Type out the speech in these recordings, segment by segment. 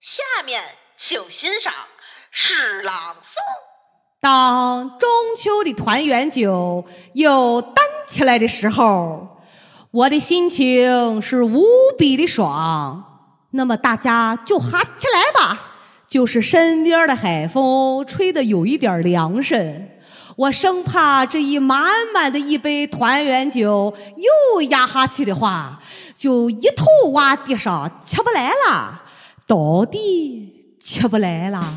下面请欣赏诗朗诵。 当中秋的团圆酒又端起来的时候，我的心情是无比的爽。那么大家就喊起来吧，就是身边的海风吹得有一点凉身，我生怕这一满满的一杯团圆酒又压下去的话，就一头挖地上起不来了，到底起不来了。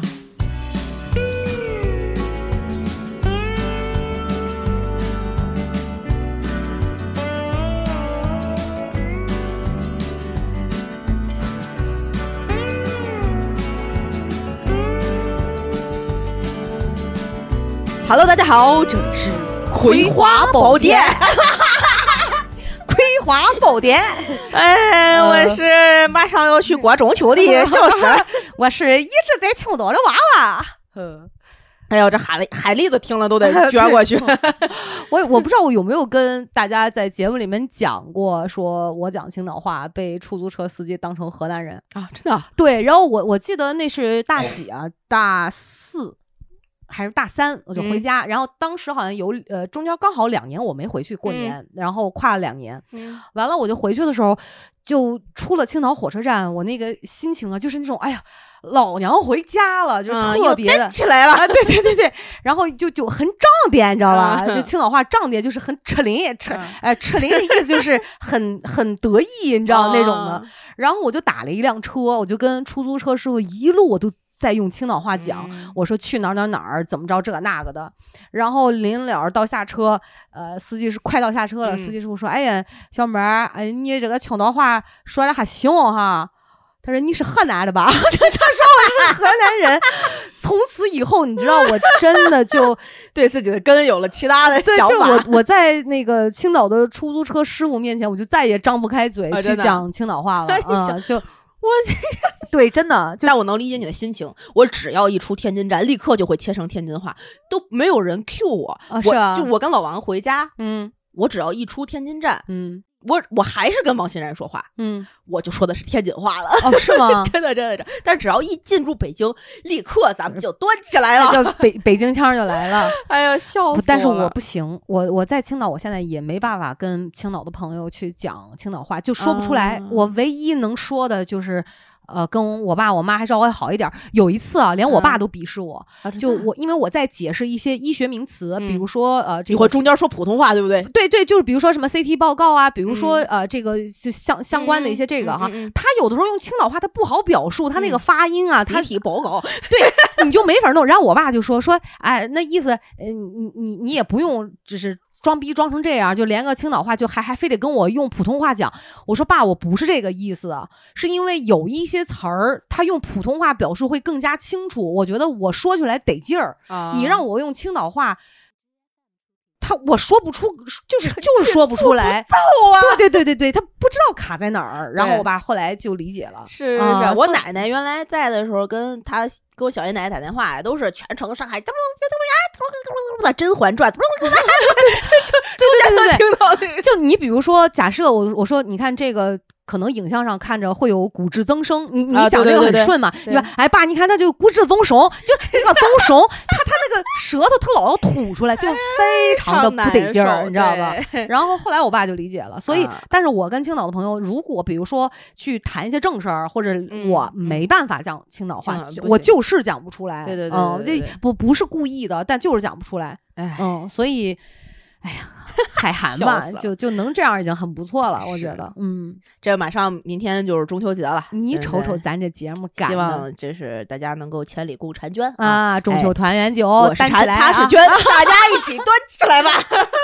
Hello， 大家好，这里是葵花宝典。葵花宝典，我是马上要去过中秋的小诗， 我是一直在青岛的娃娃。 哎呦，这海蛎子听了都得撅过去。 我不知道我有没有跟大家在节目里面讲过，说我讲青岛话被出租车司机当成河南人啊，真的？ 对，然后我记得那是大几啊，大4。还是大3我就回家，然后当时好像有中间刚好2年我没回去过年，然后跨了2年，完了我就回去的时候就出了青岛火车站，我那个心情啊就是那种哎呀老娘回家了，就特别的起来了啊， 对，然后就很胀点，你知道吧？就青岛话胀点就是很吃林的意思就是很得意，你知道那种的。然后我就打了一辆车，我就跟出租车师傅一路我都在用青岛话讲，我说去哪儿怎么着这个那个的，然后临了到下车，司机是快到下车了，司机师傅说：“哎呀，小妹儿，哎，你这个青岛话说的还行哈。”他说：“你是河南的吧？”他说：“我是河南人。”从此以后，你知道，我真的就对自己的根有了其他的想法。 对，我在那个青岛的出租车师傅面前，我就再也张不开嘴去讲青岛话了。就。对，真的， 但我能理解你的心情。我只要一出天津站，立刻就会切成天津话，都没有人 cue 我。 是啊， 就我跟老王回家，我只要一出天津站，我还是跟王欣然说话，我就说的是天津话了。 哦，是吗？ 真的。但是只要一进入北京，立刻咱们就端起来了， 北京腔就来了。 哎呀，笑死我了！ 但是我不行，我在青岛，我现在也没办法跟青岛的朋友去讲青岛话，就说不出来。我唯一能说的就是。跟我爸我妈还稍微好一点。有一次啊，连我爸都鄙视我，就因为我在解释一些医学名词，比如说这个， 你会中间说普通话，对不对？ 对，就是比如说什么 CT 报告啊，比如说这个就相关的一些这个哈，他有的时候用青岛话他不好表述，他那个发音啊 ，CT 报告， 对，你就没法弄。然后我爸就说，哎，那意思，你也不用只是。装逼装成这样，就连个青岛话就还非得跟我用普通话讲。我说爸，我不是这个意思，是因为有一些词儿他用普通话表述会更加清楚，我觉得我说出来得劲儿。你让我用青岛话，我说不出，就是说不出来。对，他不知道卡在哪儿。然后我爸后来就理解了。 是，我奶奶原来在的时候，跟我小爷奶奶打电话，都是全程上海，甄嬛传， 对， 听到那个。 就你比如说，假设我说，你看这个。可能影像上看着会有骨质增生，你讲这个很顺嘛，对吧？哎爸，你看他就骨质增生，就那个增生，他那个舌头他老要吐出来，就非常的不得劲儿，你知道吧？然后后来我爸就理解了，所以，但是我跟青岛的朋友，如果比如说去谈一些正事儿，或者我没办法讲青岛话，我就是讲不出来。 对， 这不是故意的，但就是讲不出来。所以。哎呀，海涵吧，就能这样已经很不错了，我觉得。 这马上明天就是中秋节了， 你瞅瞅咱这节目干的， 希望就是大家能够千里共婵娟啊！中秋团圆酒， 我是婵，他是娟，大家一起端起来吧！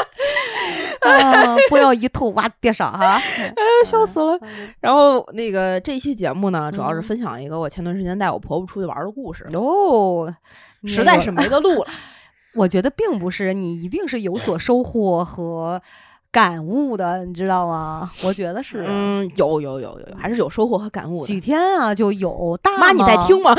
不要一头挖地上哈！ 笑死了。然后那个这期节目呢，主要是分享一个我前段时间带我婆婆出去玩的故事。实在是没得录了。 我觉得并不是，你一定是有所收获和感悟的，你知道吗？我觉得是， 有，还是有收获和感悟的。 几天啊，就有大妈，你在听吗？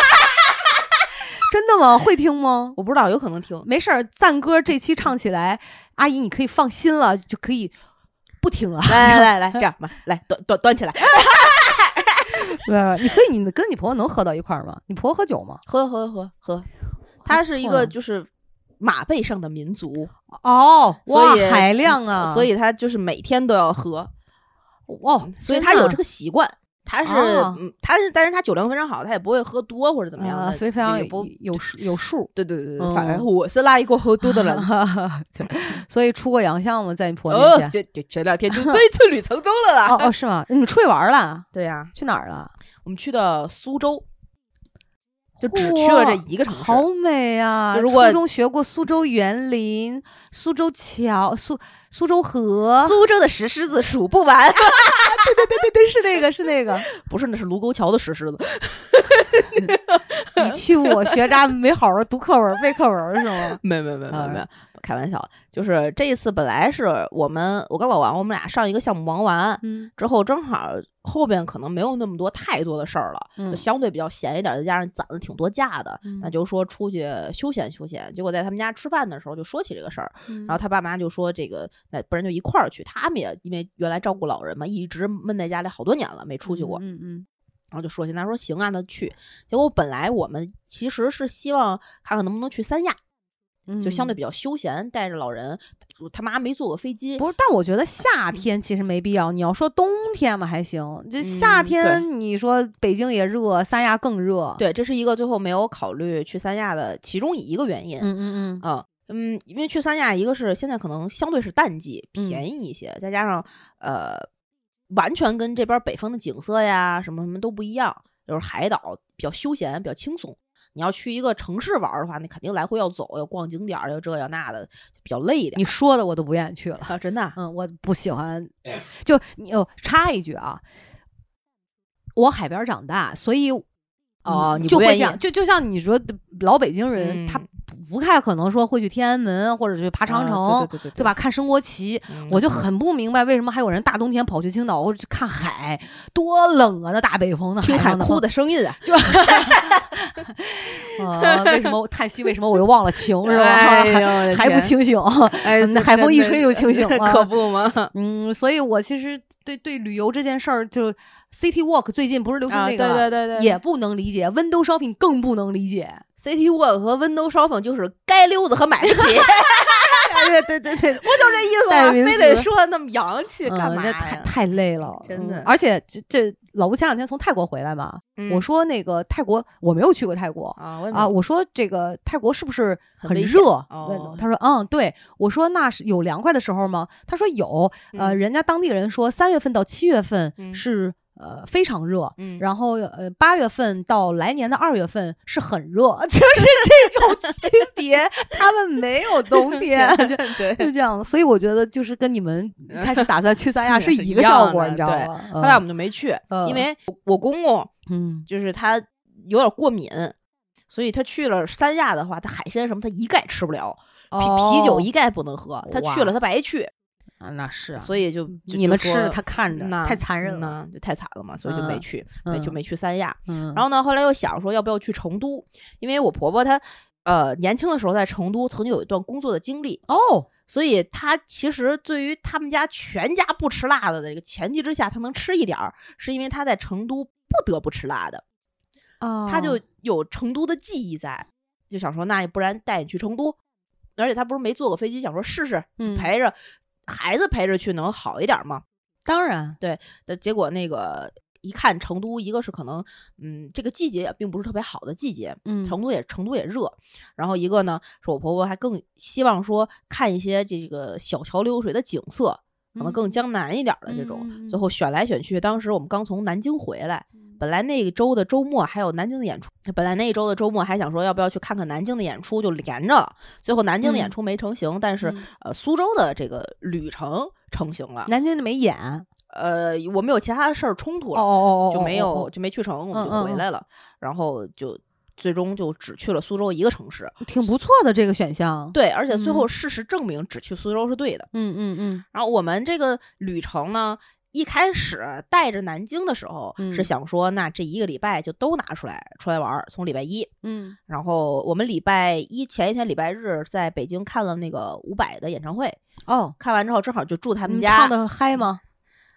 真的吗？会听吗？ 我不知道，有可能听。 没事儿，赞歌这期唱起来，阿姨你可以放心了，就可以不听了。 来，这样吧，来端起来。 所以你跟你婆婆能喝到一块儿吗？你婆婆喝酒吗？ 喝，她是一个就是马背上的民族哦， 所以海量啊， 所以她就是每天都要喝所以她有这个习惯。他是，但是他酒量非常好，他也不会喝多或者怎么样的， 非常有数。 对，反正我是拉一个喝多的人， 所以出过洋相吗？在你婆面前？ 前2天就这一次旅程中了啦。 是吗？你们出去玩了？ 对呀， 去哪儿了？ 我们去的苏州。就只去了这一个城市， 好美啊！ 如果初中学过苏州园林、苏州桥、苏州河， 苏州的石狮子数不完。 对，是那个， 不是，那是卢沟桥的石狮子。 你欺负我学渣没好好读课文背课文是吗？ 没有，开玩笑。就是这一次本来是我跟老王我们俩上一个项目忙完，之后正好后边可能没有那么多太多的事儿了，就相对比较闲一点，再加上攒了挺多假的，那就说出去休闲。结果在他们家吃饭的时候就说起这个事儿，然后他爸妈就说这个那不然就一块儿去。他们也因为原来照顾老人嘛，一直闷在家里好多年了没出去过，然后就说现在说行啊，那去。结果本来我们其实是希望看看能不能去三亚。就相对比较休闲，带着老人，他妈没坐过飞机。 不是，但我觉得夏天其实没必要。你要说冬天嘛还行，这夏天你说北京也热，三亚更热。 对，这是一个最后没有考虑去三亚的其中一个原因。因为去三亚，一个是现在可能相对是淡季，便宜一些，再加上完全跟这边北方的景色呀什么都不一样，就是海岛比较休闲，比较轻松。你要去一个城市玩的话，你肯定来回要走，要逛景点，要这要那的，比较累一点。 你说的我都不愿意去了啊，真的。 我不喜欢。就你插一句啊，我海边长大，所以你就会这样。就像你说，老北京人他不太可能说会去天安门或者去爬长城，对吧？看升国旗，我就很不明白为什么还有人大冬天跑去青岛或者去看海，多冷啊！那大北风的听海哭的声音啊， 就为什么叹息？为什么我又忘了情是吧？还不清醒？海风一吹就清醒了， 可不吗？ 所以我其实对旅游这件事儿，就 City Walk 最近不是流行那个， 对， 也不能理解。Window Shopping 更不能理解。 City Walk 和 Window Shopping 就是该溜子和买不起。对，我就这意思啊，非得说那么洋气干嘛呀？ 太累了， 真的。 而且这老吴前2天从泰国回来嘛，我说那个泰国我没有去过泰国我说这个泰国是不是很热？他说对。我说那是有凉快的时候吗？他说有，人家当地人说3月份到7月份是非常热，然后8月份到来年的2月份是很热，就是这种区别，他们没有冬天， 对， 就这样。所以我觉得就是跟你们开始打算去三亚是一个效果，你知道吗？ 后来我们就没去，因为我公公就是他有点过敏，所以他去了三亚的话，他海鲜什么他一概吃不了，啤酒一概不能喝，他去了他白去。 那是， 所以就你们吃着他看着，太残忍了， 就太惨了嘛，所以就没去，就没去三亚。然后呢，后来又想说要不要去成都，因为我婆婆她年轻的时候在成都曾经有一段工作的经历所以她其实对于他们家全家不吃辣的这个前提之下，她能吃一点儿，是因为她在成都不得不吃辣的她就有成都的记忆在，就想说那也不然带你去成都，而且她不是没坐过飞机，想说试试陪着。孩子陪着去能好一点吗？ 当然， 对。结果那个一看成都，一个是可能这个季节也并不是特别好的季节，成都也热。然后一个呢，是我婆婆还更希望说看一些这个小桥流水的景色，可能更江南一点的这种。最后选来选去，当时我们刚从南京回来。本来那个周的周末还有南京的演出，本来那一周的周末还想说要不要去看看南京的演出，就连着了。最后南京的演出没成型，但是苏州的这个旅程成型了。 南京的没演， 我们有其他的事儿冲突了，就没去成，我们就回来了。然后就最终就只去了苏州一个城市， 挺不错的这个选项。 对，而且最后事实证明只去苏州是对的。然后我们这个旅程呢，一开始带着南京的时候是想说那这一个礼拜就都拿出来玩，从礼拜一然后我们礼拜一前一天礼拜日在北京看了那个伍佰的演唱会看完之后正好就住他们家。 唱的嗨吗？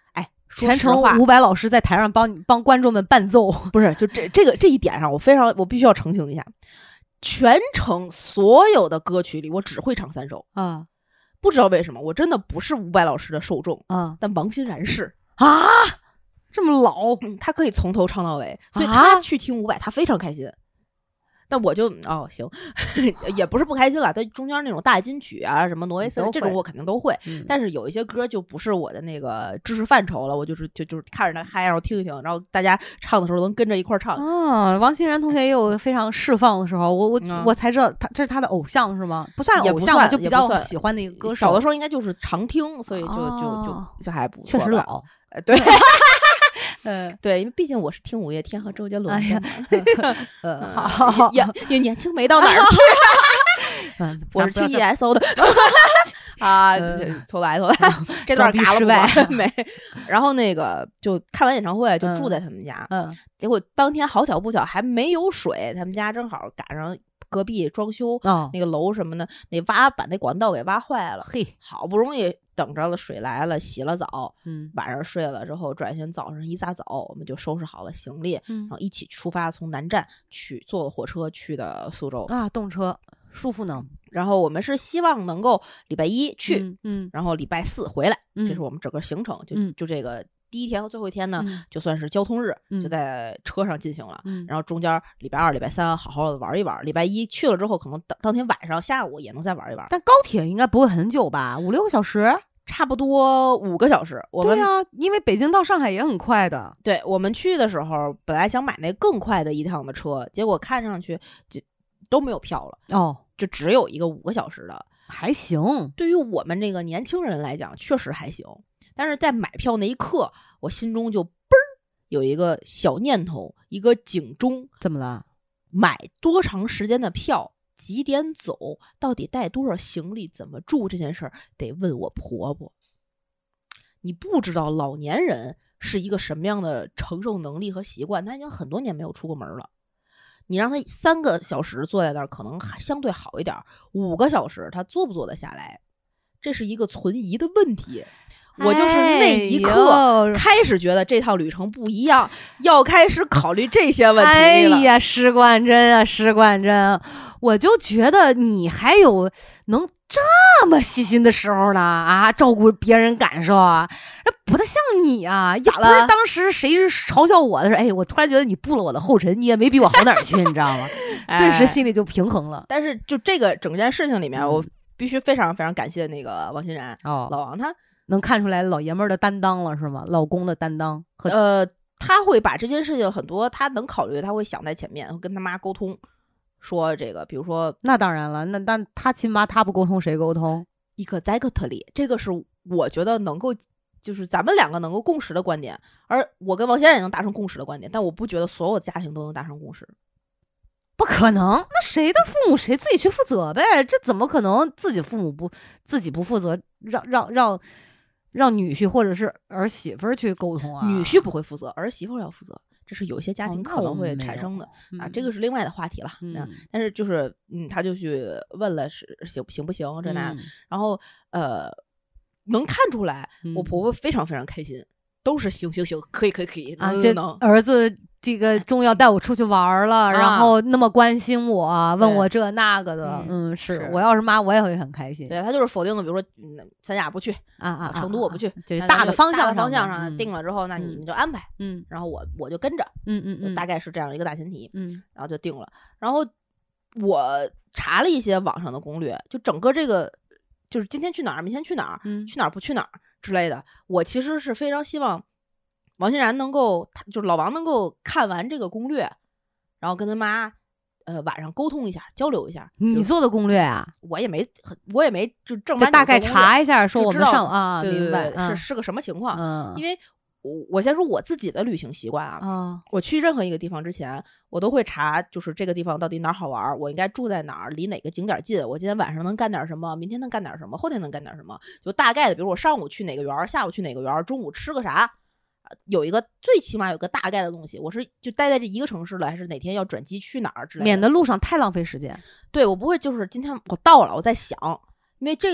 全程伍佰老师在台上帮观众们伴奏， 不是就这一点上，我必须要澄清一下，全程所有的歌曲里，我只会唱3首啊， 不知道为什么，我真的不是伍佰老师的受众啊， 但王欣然是啊，这么老， 他可以从头唱到尾，所以他去听伍佰，他非常开心。但我就行，也不是不开心了。但中间那种大金曲啊，什么挪威森这种我肯定都会，但是有一些歌就不是我的那个知识范畴了。我就是看着他嗨，然后听一听，然后大家唱的时候能跟着一块唱。 王欣然同学也有非常释放的时候，我才知道这是他的偶像是吗？不算偶像，就比较喜欢的一个歌手。 小的时候应该就是常听，所以就还不错。 确实老， 对。对，因为毕竟我是听五月天和周杰伦的，好， 也年轻没到哪儿去。我是听 ESO 的啊，重来，这段嘎了没？然后那个就看完演唱会就住在他们家，结果当天好巧不巧还没有水，他们家正好赶上隔壁装修那个楼什么的，把那管道给挖坏了， 嘿， 好不容易等着了水来了，洗了澡，晚上睡了之后，转天早上一大早，我们就收拾好了行李，然后一起出发，从南站坐了火车去的苏州啊，动车舒服呢。 然后我们是希望能够礼拜1去，然后礼拜4回来，这是我们整个行程，就这个。第一天和最后一天呢，就算是交通日，就在车上进行了。然后中间礼拜2、礼拜3好好的玩一玩。礼拜1去了之后，可能当天晚上、下午也能再玩一玩。 但高铁应该不会很久吧？5、6个小时， 差不多5个小时。 对啊，因为北京到上海也很快的。 对，我们去的时候本来想买那更快的一趟的车，结果看上去都没有票了。就只有一个5个小时的， 还行。 对于我们这个年轻人来讲，确实还行。但是在买票那一刻，我心中就嘣儿有一个小念头，一个警钟。 怎么了？ 买多长时间的票，几点走，到底带多少行李，怎么住，这件事儿得问我婆婆。你不知道老年人是一个什么样的承受能力和习惯，他已经很多年没有出过门了。你让他3个小时坐在那儿，可能相对好一点，5个小时他坐不坐得下来，这是一个存疑的问题。我就是那一刻开始觉得这趟旅程不一样，要开始考虑这些问题了。 哎呀，施冠真啊，施冠真，我就觉得你还有能这么细心的时候呢啊，照顾别人感受啊，不太像你啊。也不是当时谁嘲笑我的时候，哎，我突然觉得你步了我的后尘，你也没比我好哪儿去，你知道吗？顿时心里就平衡了。 但是就这个整件事情里面，我必须非常非常感谢那个王欣然，老王他。 能看出来老爷们儿的担当了是吗？老公的担当他会把这件事情很多他能考虑，他会想在前面，会跟他妈沟通，说这个，比如说， 那当然了，那他亲妈他不沟通谁沟通 ？exactly， 这个是我觉得能够，就是咱们2个能够共识的观点，而我跟王先生也能达成共识的观点，但我不觉得所有家庭都能达成共识。 不可能，那谁的父母谁自己去负责呗？这怎么可能自己父母自己不负责，让女婿或者是儿媳妇去沟通啊？ 女婿不会负责，儿媳妇要负责，这是有些家庭可能会产生的啊。这个是另外的话题了。但是就是他就去问了行不行这那，然后能看出来我婆婆非常非常开心，都是行可以啊，这儿子这个终于要带我出去玩了，然后那么关心我，问我这那个的，是我要是妈我也会很开心。 对，他就是否定的，比如说三亚不去成都我不去， 就是大的方向上定了之后，那你们就安排，然后我就跟着，大概是这样一个大前提，然后就定了。然后我查了一些网上的攻略，就整个这个就是今天去哪儿，明天去哪儿，去哪儿不去哪儿之类的，我其实是非常希望王欣然能够，就是老王能够看完这个攻略，然后跟他妈晚上沟通一下，交流一下。 你做的攻略啊？ 我也没就正就大概查一下，说我们上啊， 对明白是个什么情况？因为我先说我自己的旅行习惯啊，我去任何一个地方之前，我都会查，就是这个地方到底哪儿好玩，我应该住在哪儿，离哪个景点近，我今天晚上能干点什么，明天能干点什么，后天能干点什么，就大概的，比如我上午去哪个园，下午去哪个园，中午吃个啥。有一个最起码有个大概的东西，我是就待在这一个城市了，还是哪天要转机去哪儿之类的， 免得路上太浪费时间。 对，我不会就是今天我到了我在想，因为这个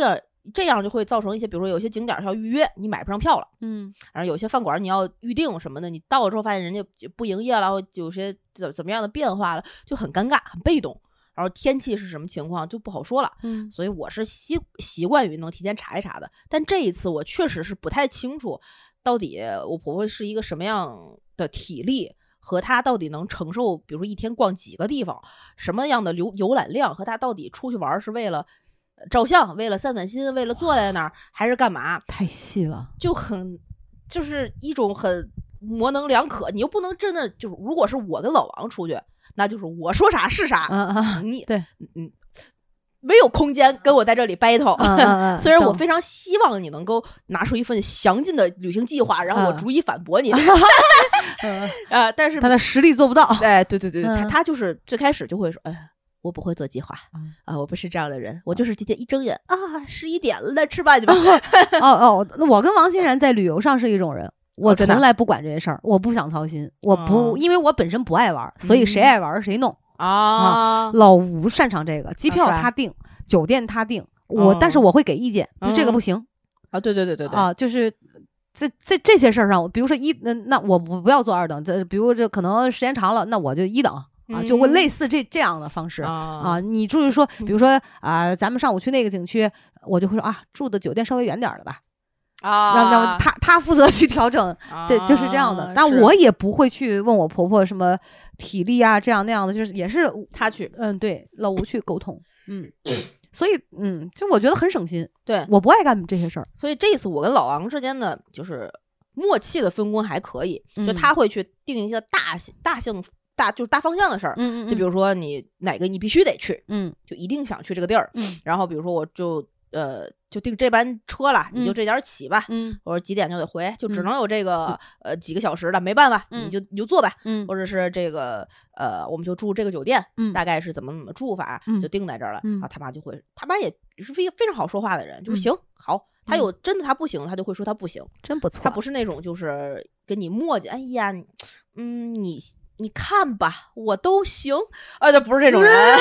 这样就会造成一些，比如说有些景点要预约，你买不上票了，然后有些饭馆你要预定什么的，你到了之后发现人家不营业了，或有些怎么样的变化了，就很尴尬，很被动。然后天气是什么情况就不好说了，所以我是习惯于能提前查一查的。但这一次我确实是不太清楚，到底我婆婆是一个什么样的体力，和她到底能承受，比如说一天逛几个地方，什么样的游览量，和她到底出去玩是为了照相，为了散散心，为了坐在那儿，还是干嘛？ 太细了， 就是一种很模棱两可。你又不能真的就是，如果是我跟老王出去，那就是我说啥是啥，你对， 没有空间跟我在这里 battle。虽然我非常希望你能够拿出一份详尽的旅行计划，然后我逐一反驳你。但是他的实力做不到。 对，他就是最开始就会说，哎，我不会做计划我不是这样的人，我就是今天一睁眼11点了，吃饭去吧。 那我跟王欣然在旅游上是一种人。我从来不管这些事儿，我不想操心，我不，因为我本身不爱玩，所以谁爱玩谁弄老吴擅长这个，机票他定，酒店他定，但是我会给意见，就这个不行对就是这些事儿上，比如说那我不要做2等，比如这可能时间长了，那我就1等就会类似这样的方式你就是说，比如说咱们上午去那个景区，我就会说住的酒店稍微远点的吧。让他负责去调整，对，就是这样的。但我也不会去问我婆婆什么体力这样那样的，就是也是他去， 对，老吴去沟通，所以就我觉得很省心。 对， 我不爱干这些事儿， 所以这一次我跟老王之间的就是默契的分工还可以，就他会去定一些就是大方向的事儿，就比如说你哪个你必须得去，就一定想去这个地儿，然后比如说我就订这班车了，你就这点起吧，或者几点就得回，就只能有这个几个小时的，没办法，你就做吧，或者是这个我们就住这个酒店，大概是怎么住法，就定在这儿了。他妈也是非常好说话的人，就是行好，他有真的他不行，他就会说他不行， 真不错。 他不是那种就是跟你磨叽，哎呀，你看吧，我都行他不是这种人。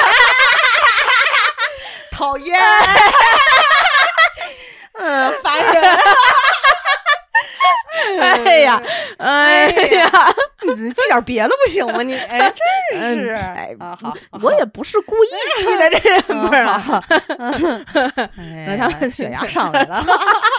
讨厌， 烦人。哎呀， 你记点别的不行吗？你真是，好， 我也不是故意记的这人，不是？ 那他血压上来了，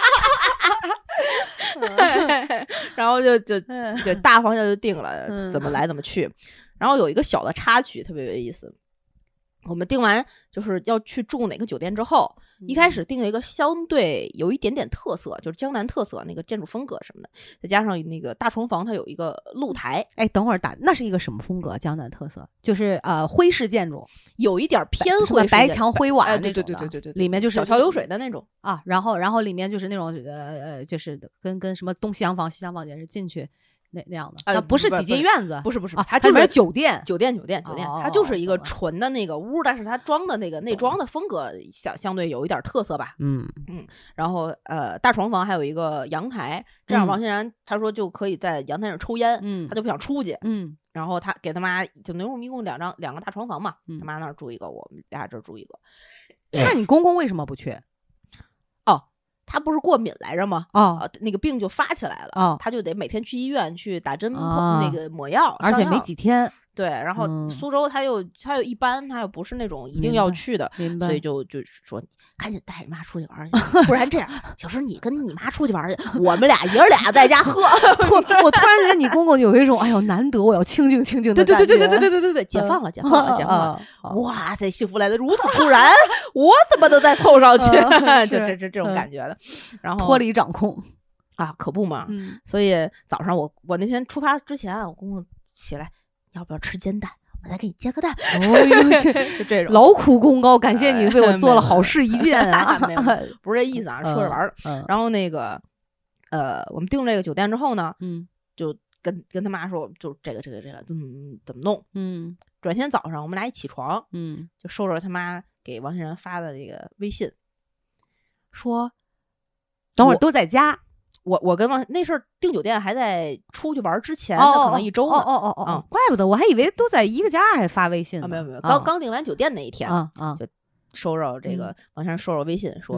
然后就大方向就定了，怎么来怎么去。然后有一个小的插曲特别有意思。我们订完就是要去住哪个酒店之后，一开始订了一个相对有一点点特色，就是江南特色那个建筑风格什么的，再加上那个大床房它有一个露台。 哎，等会儿那是一个什么风格？江南特色就是徽式建筑， 有一点偏徽式， 白墙灰瓦那种的，对， 里面就是小桥流水的那种然后里面就是那种就是跟什么东西洋房、西洋房也是进去。那样的不是几间院子， 不是， 它就是酒店， 它就是一个纯的那个屋，但是它装的那个内装的风格相对有一点特色吧，然后大床房还有一个阳台，这样王欣然他说就可以在阳台上抽烟，他就不想出去，然后他给他妈就我们一共两个大床房嘛，他妈那儿住一个，我们俩这儿住一个。 那你公公为什么不去？ 他不是过敏来着吗？那个病就发起来了，他就得每天去医院去打针，那个抹药， 而且没几天。 对，然后苏州他又一般，他又不是那种一定要去的，所以就说赶紧带着妈出去玩去，不然这样，小时你跟你妈出去玩去，我们俩爷儿俩在家喝。 我突然觉得你公公有一种哎呦难得我要清静清静的感觉。 对，解放了，哇塞，幸福来的如此突然，我怎么能再凑上去？就这种感觉的，然后脱离掌控可不嘛。所以早上我那天出发之前，我公公起来。要不要吃煎蛋？我再给你煎个蛋。就这种劳苦功高，感谢你为我做了好事一件啊！ 不是这意思啊，说着玩儿。然后那个我们订这个酒店之后呢，就跟他妈说，就这个怎么弄？转天早上我们俩一起床，就收着他妈给王欣然发的那个微信，说等会儿都在家。 我跟那事儿订酒店还在出去玩之前，那可能1周呢。 怪不得我还以为都在一个家还发微信呢。 没有，刚订完酒店那一天就收着这个王先生收着微信说，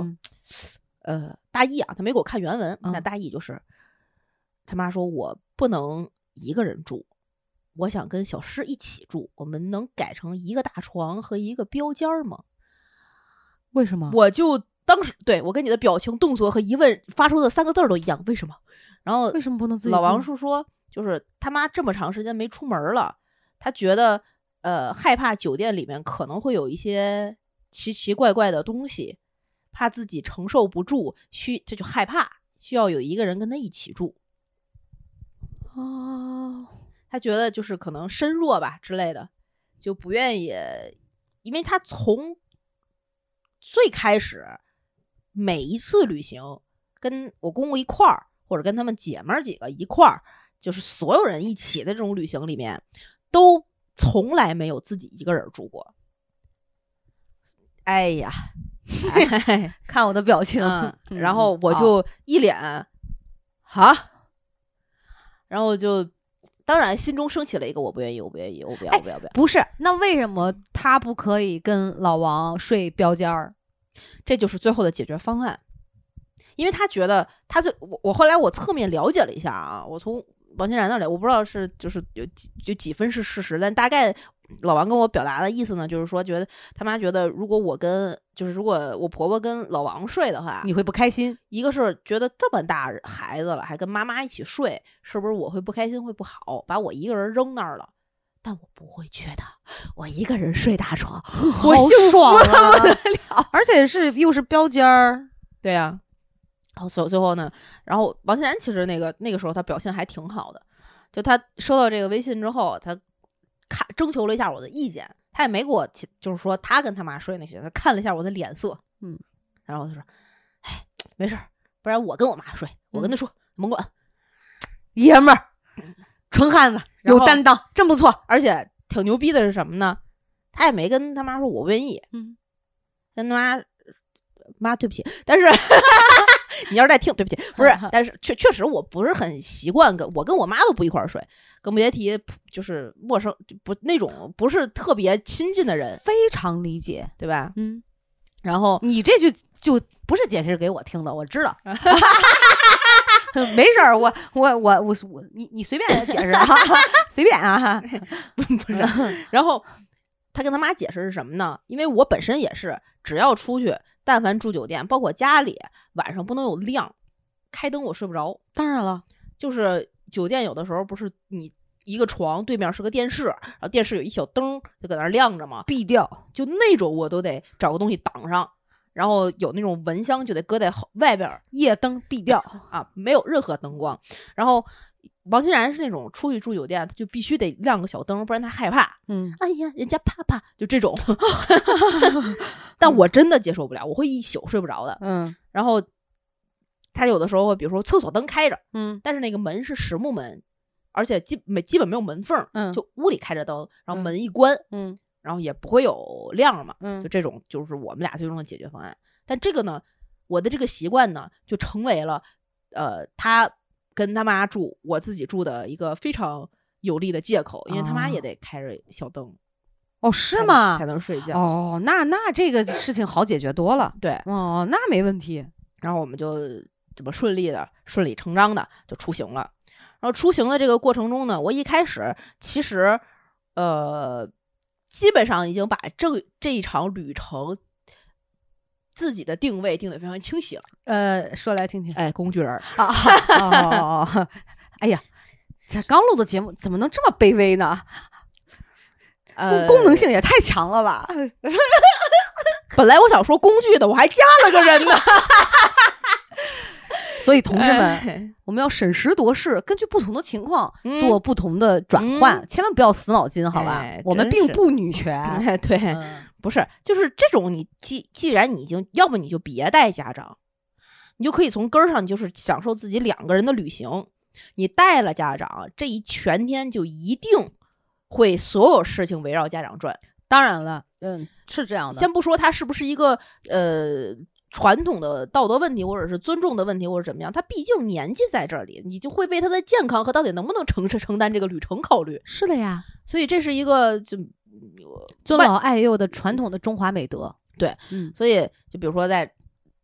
大意啊，他没给我看原文，那大意就是他妈说我不能一个人住，我想跟小诗一起住，我们能改成一个大床和一个标间吗？ 为什么？ 我就当时对我跟你的表情、动作和疑问发出的3个字都一样，为什么？然后为什么不能自己住？ 老王叔说，就是他妈这么长时间没出门了，他觉得害怕酒店里面可能会有一些奇奇怪怪的东西，怕自己承受不住，这就害怕需要有一个人跟他一起住。 哦， 他觉得就是可能身弱吧之类的，就不愿意，因为他从最开始每一次旅行跟我公公一块儿，或者跟他们姐们儿几个一块儿，就是所有人一起的这种旅行里面，都从来没有自己一个人住过。哎呀， 看我的表情， 然后我就一脸哈，然后就当然心中升起了一个我不愿意，我不愿意，我不要，我不要，不要。 不是，那为什么他不可以跟老王睡标间儿？ 这就是最后的解决方案，因为他觉得我后来我侧面了解了一下啊，我从王欣然那里，我不知道是就是有几分是事实，但大概老王跟我表达的意思呢，就是说觉得他妈觉得如果我婆婆跟老王睡的话， 你会不开心。 一个是觉得这么大孩子了还跟妈妈一起睡，是不是我会不开心，会不好，把我一个人扔那儿了。但我不会觉得我一个人睡大床我好爽啊， 不得了， 而且又是标间儿。 对啊，然后最后呢，然后王欣然其实那个时候他表现还挺好的，就他收到这个微信之后，他征求了一下我的意见，他也没给我就是说他跟他妈睡那些，他看了一下我的脸色，然后他说，哎，没事，不然我跟我妈睡，我跟他说，甭管， 爷们儿，纯汉子，有担当，真不错。 而且挺牛逼的是什么呢？他也没跟他妈说我不愿意，跟他妈对不起，但是你要是在听，对不起，不是，但是确实我不是很习惯跟我妈都不一块儿睡，更别提就是陌生不那种不是特别亲近的人， 非常理解， 对吧？然后你这句就不是解释给我听的，我知道。没事儿，我你随便解释啊，随便啊， 不是。然后他跟他妈解释是什么呢？因为我本身也是，只要出去，但凡住酒店，包括家里，晚上不能有亮，开灯我睡不着。 当然了， 就是酒店有的时候不是你一个床对面是个电视，然后电视有一小灯就搁那亮着嘛， 避掉， 就那种我都得找个东西挡上。然后有那种蚊香就得搁在外边， 夜灯避掉啊，没有任何灯光。然后王欣然是那种出去住酒店，他就必须得亮个小灯，不然他害怕。哎呀，人家怕怕，就这种。但我真的接受不了，我会一宿睡不着的。然后他有的时候，比如说厕所灯开着，但是那个门是实木门，而且基本没有门缝，就屋里开着灯，然后门一关，然后也不会有亮嘛，就这种就是我们俩最终的解决方案。但这个呢，我的这个习惯呢，就成为了他跟他妈住，我自己住的一个非常有力的借口，因为他妈也得开着小灯。 哦，是吗？ 才能睡觉。 哦，那这个事情好解决多了。 对， 哦，那没问题。 然后我们就这么顺理成章的就出行了。然后出行的这个过程中呢，我一开始其实基本上已经把这一场旅程自己的定位定得非常清晰了。 说来听听。 哎，工具人哦，哎呀，咱刚录的节目怎么能这么卑微呢？功能性也太强了吧！ 本来我想说工具的，我还加了个人呢。 所以同志们，我们要审时度势，根据不同的情况做不同的转换，千万不要死脑筋，好吧？我们并不女权。 对，不是，就是这种你既然你已经，要不你就别带家长，你就可以从根儿上就是享受自己2个人的旅行。你带了家长，这一全天就一定会所有事情围绕家长转。 当然了，是这样的。 先不说他是不是一个传统的道德问题，或者是尊重的问题，或者怎么样，他毕竟年纪在这里，你就会为他的健康和到底能不能承担这个旅程考虑。 是的呀， 所以这是一个就尊老爱幼的传统的中华美德。 对，所以就比如说在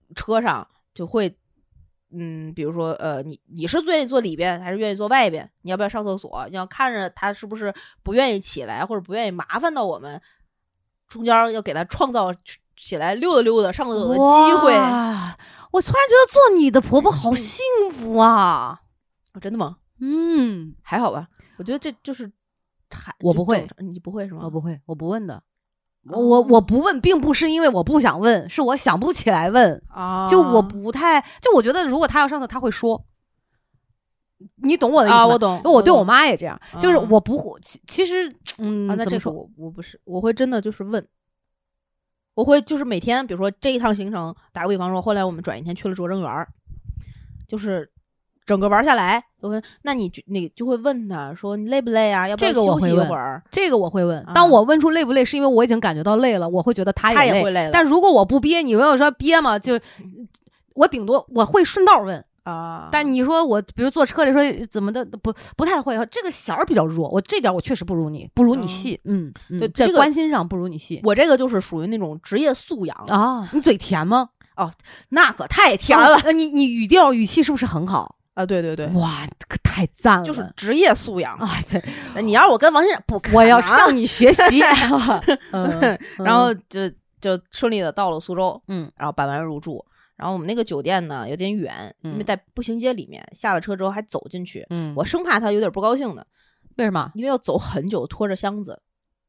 车上就会，比如说你是愿意坐里边还是愿意坐外边？你要不要上厕所？你要看着他是不是不愿意起来或者不愿意麻烦到我们，中间要给他创造起来溜达溜达上厕所的机会。 我突然觉得做你的婆婆好幸福啊！ 真的吗？还好吧。我觉得这就是我不会， 你不会是吗？ 我不会，我不问的。我不问，并不是因为我不想问，是我想不起来问。就我不太，就我觉得如果他要上厕，他会说。你懂我的意思吗？ 我懂。 因为我对我妈也这样，就是我不会。其实， 那这个我不是，我会真的就是问。我会就是每天，比如说这一趟行程，打个比方说，后来我们转一天去了拙政园，就是整个玩下来，我问，那你就会问他说你累不累啊？要不要休息一会儿？ 这个我会问。当我问出累不累，是因为我已经感觉到累了，我会觉得他也会累了。 但如果我不憋，你问我说憋吗？就我顶多我会顺道问啊。 但你说我，比如坐车里说怎么的，不太会。这个小比较弱，我这点我确实不如你细。 对， 在关心上不如你细。 我这个就是属于那种职业素养啊。你嘴甜吗？ 哦，那可太甜了。 你语调语气是不是很好？ 对对对， 哇，可太赞了！ 就是职业素养啊！对， 你要我跟王先生不可能， 我要向你学习。 然后就顺利的到了苏州，然后办完入住，然后我们那个酒店呢有点远，因为在步行街里面，下了车之后还走进去，我生怕他有点不高兴的。 为什么？ 因为要走很久，拖着箱子。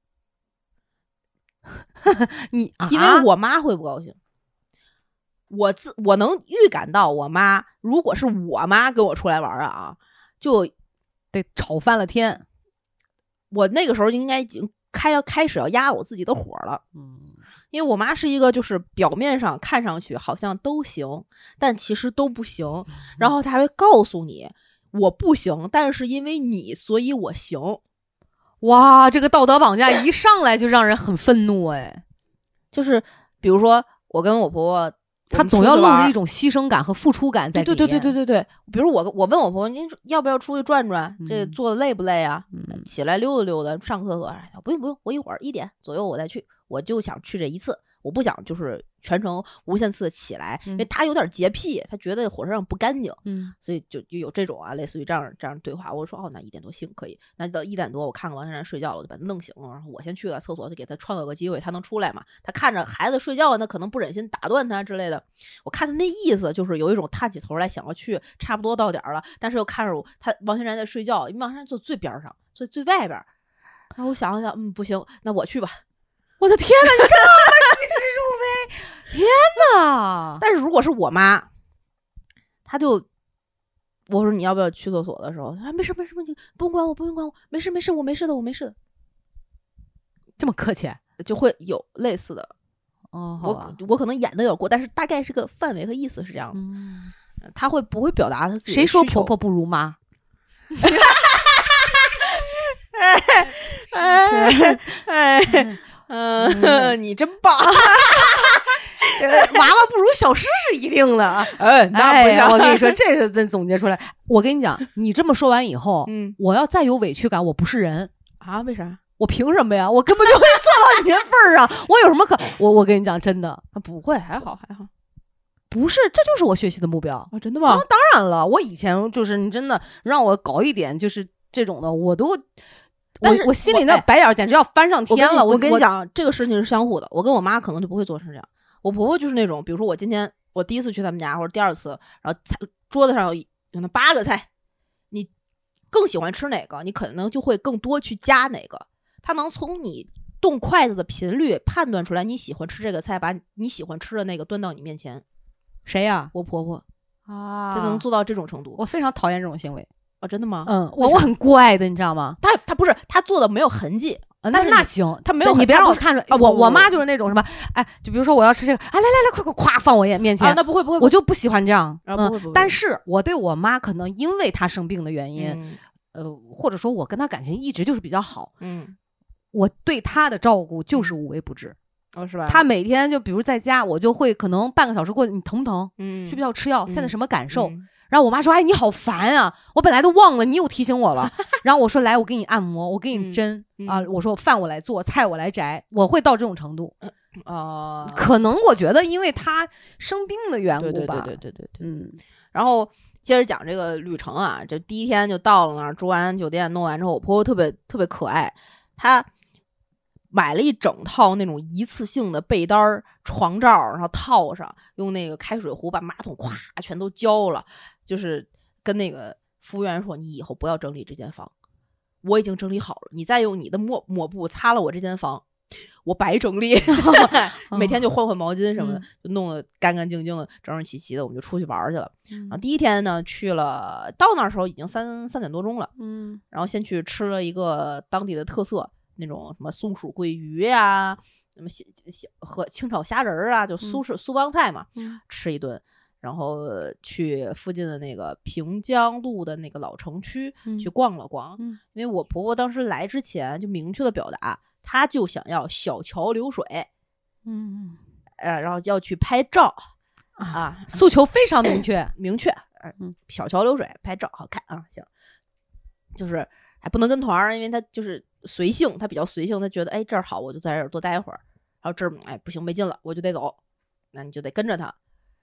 因为我妈会不高兴。我能预感到我妈，如果是我妈跟我出来玩啊，就得吵翻了天。 我那个时候应该已经开始要压我自己的火了。因为我妈是一个就是表面上看上去好像都行，但其实都不行。然后她还会告诉你我不行，但是因为你所以我行。 哇，这个道德绑架一上来就让人很愤怒。哎， 就是比如说我跟我婆婆。 他总要露着一种牺牲感和付出感在里面。 对。比如我问我朋友，您要不要出去转转？这坐的累不累啊？起来溜达溜达，上厕所。不用，我一会儿1点左右我再去。我就想去这一次，我不想就是全程无限次的起来，因为他有点洁癖，他觉得火车上不干净，所以就有这种类似于这样对话。我说那1点多行可以，那到1点多我看看王先生睡觉了，我就把他弄醒了，然后我先去个厕所，就给他创造个机会，他能出来嘛？他看着孩子睡觉，那可能不忍心打断他之类的。我看他那意思就是有一种探起头来想要去，差不多到点了，但是又看着他王先生在睡觉，因为王先生坐最边上，最外边。然后我想了想，不行，那我去吧。 我的天哪，你这么细致入微，天哪！ 但是如果是我妈，她就我说你要不要去厕所的时候，没事，你不用管我，没事，我没事的， 这么客气， 就会有类似的。我可能演的有点过，但是大概是个范围和意思是这样的。她会不会表达她自己的谁说婆婆不如妈？ 你真棒！ 娃娃不如小诗是一定的。 那不行。 我跟你说，这是真总结出来。我跟你讲，你这么说完以后，我要再有委屈感，我不是人啊？为啥？ 我凭什么呀？我根本就会做到你这份儿上。我有什么可？我跟你讲，真的不会，还好。 不是，这就是我学习的目标。 真的吗？ 当然了，我以前就是你真的让我搞一点就是这种的，我都。 但是我心里那白眼简直要翻上天了。 我跟你讲，这个事情是相互的。我跟我妈可能就不会做成这样。我婆婆就是那种，比如说我今天我第一次去他们家，或者第2次，然后桌子上有那8个菜，你更喜欢吃哪个，你可能就会更多去加哪个。她能从你动筷子的频率判断出来你喜欢吃这个菜，把你喜欢吃的那个端到你面前。 谁呀？ 我婆婆啊， 就能做到这种程度。 我非常讨厌这种行为。 真的吗？ 我很怪的，你知道吗？ 他不是他做的没有痕迹， 但是那行， 他没有， 你别让我看出来。我妈就是那种什么，就比如说我要吃这个，来，快，咵放我面前。 那不会， 我就不喜欢这样。 不会。 但是我对我妈可能因为她生病的原因，或者说我跟她感情一直就是比较好，我对她的照顾就是无微不至。 是吧？ 他每天就比如在家，我就会可能半个小时过去，你疼不疼？需不需要吃药？现在什么感受？然后我妈说：“哎，你好烦啊！我本来都忘了，你又提醒我了。”然后我说：“来，我给你按摩，我给你针啊。”我说：“饭我来做，菜我来摘。”我会到这种程度。可能我觉得因为他生病的缘故吧。 对，然后接着讲这个旅程啊，这第一天就到了那儿，住完酒店弄完之后，我婆婆特别可爱，她买了一整套那种一次性的被单、床罩，然后套上，用那个开水壶把马桶咵全都浇了，就是跟那个服务员说：“你以后不要整理这间房，我已经整理好了，你再用你的抹布擦了我这间房，我白整理。”每天就换毛巾什么的，就弄得干干净净的、整整齐齐的，我们就出去玩去了。然后第一天呢，去了，到那时候已经3点多钟了，然后先去吃了一个当地的特色。那种什么松鼠桂鱼呀，什么和清炒虾仁啊，就苏帮菜嘛，吃一顿，然后去附近的那个平江路的那个老城区去逛了逛，因为我婆婆当时来之前就明确的表达，她就想要小桥流水，然后要去拍照啊， 诉求非常明确， 小桥流水拍照好看啊，行，就是还不能跟团，因为他就是随性，他比较随性，他觉得哎这儿好，我就在这儿多待一会儿，然后这儿哎不行没劲了，我就得走，那你就得跟着他。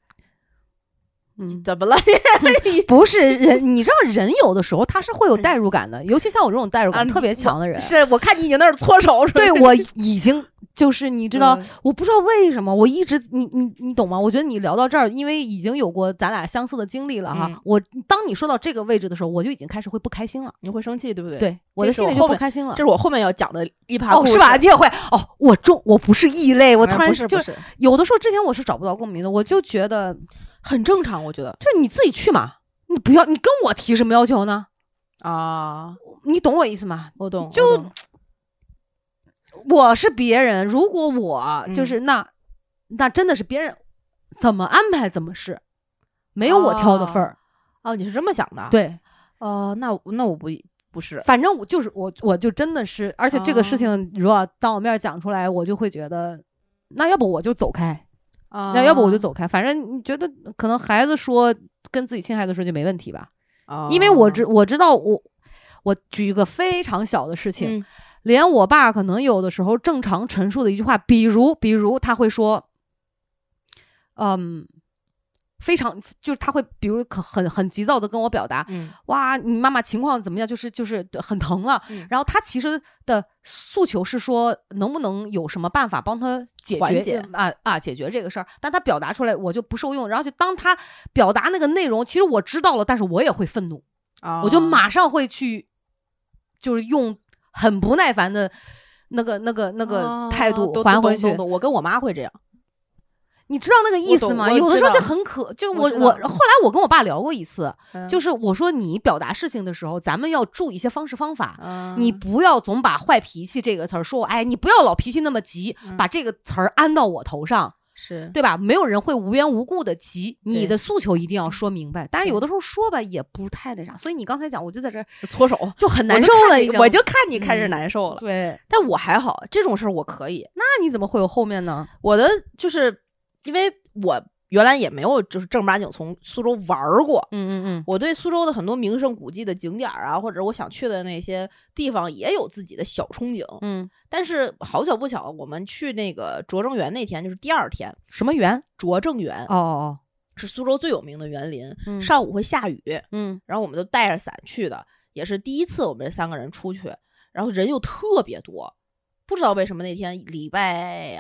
怎么了？ 不是人，你知道人有的时候他是会有代入感的，尤其像我这种代入感特别强的人。 是我看你已经在那儿搓手， 对我已经就是你知道，我不知道为什么我一直你懂吗？我觉得你聊到这儿，因为已经有过咱俩相似的经历了哈。我当你说到这个位置的时候，我就已经开始会不开心了， 你会生气对不对？ 对，我的心里就不开心了。 这是我后面要讲的一趴故事， 是吧？你也会我不是异类，我突然就有的时候之前我是找不到共鸣的，我就觉得。 很正常，我觉得， 就你自己去嘛，你不要，你跟我提什么要求呢？你懂我意思吗？ 我懂。 就我是别人，如果我就是那真的是别人怎么安排怎么是，没有我挑的份儿。 你是这么想的？ 对。 那我不是， 反正我就真的是，而且这个事情如果当我面讲出来，我就会觉得，那要不我就走开。那要不我就走开，反正你觉得可能孩子说跟自己亲孩子说就没问题吧？因为我知道我举一个非常小的事情，连我爸可能有的时候正常陈述的一句话，比如他会说，非常就是他会比如很急躁的跟我表达，哇，你妈妈情况怎么样？就是很疼了。然后他其实的诉求是说，能不能有什么办法帮他解决这个事儿？但他表达出来我就不受用。然后就当他表达那个内容，其实我知道了，但是我也会愤怒，我就马上会去，就是用很不耐烦的那个态度还回去。 我跟我妈会这样。 你知道那个意思吗？有的时候就很就我后来我跟我爸聊过一次，就是我说你表达事情的时候，咱们要注意一些方式方法，你不要总把坏脾气这个词儿说，哎，你不要老脾气那么急，把这个词儿安到我头上， 是对吧？没有人会无缘无故的急，你的诉求一定要说明白。但是有的时候说吧也不太那啥，所以你刚才讲，我就在这搓手， 就很难受了， 我就看你开始难受了。 对， 但我还好，这种事儿我可以。 那你怎么会有后面呢？ 我的就是因为我原来也没有就是正儿八经从苏州玩过，我对苏州的很多名胜古迹的景点啊，或者我想去的那些地方也有自己的小憧憬，但是好巧不巧，我们去那个拙政园那天就是第二天。 什么园？ 拙政园。是苏州最有名的园林，上午会下雨，然后我们都带着伞去的，也是第一次我们这3个人出去，然后人又特别多，不知道为什么那天礼拜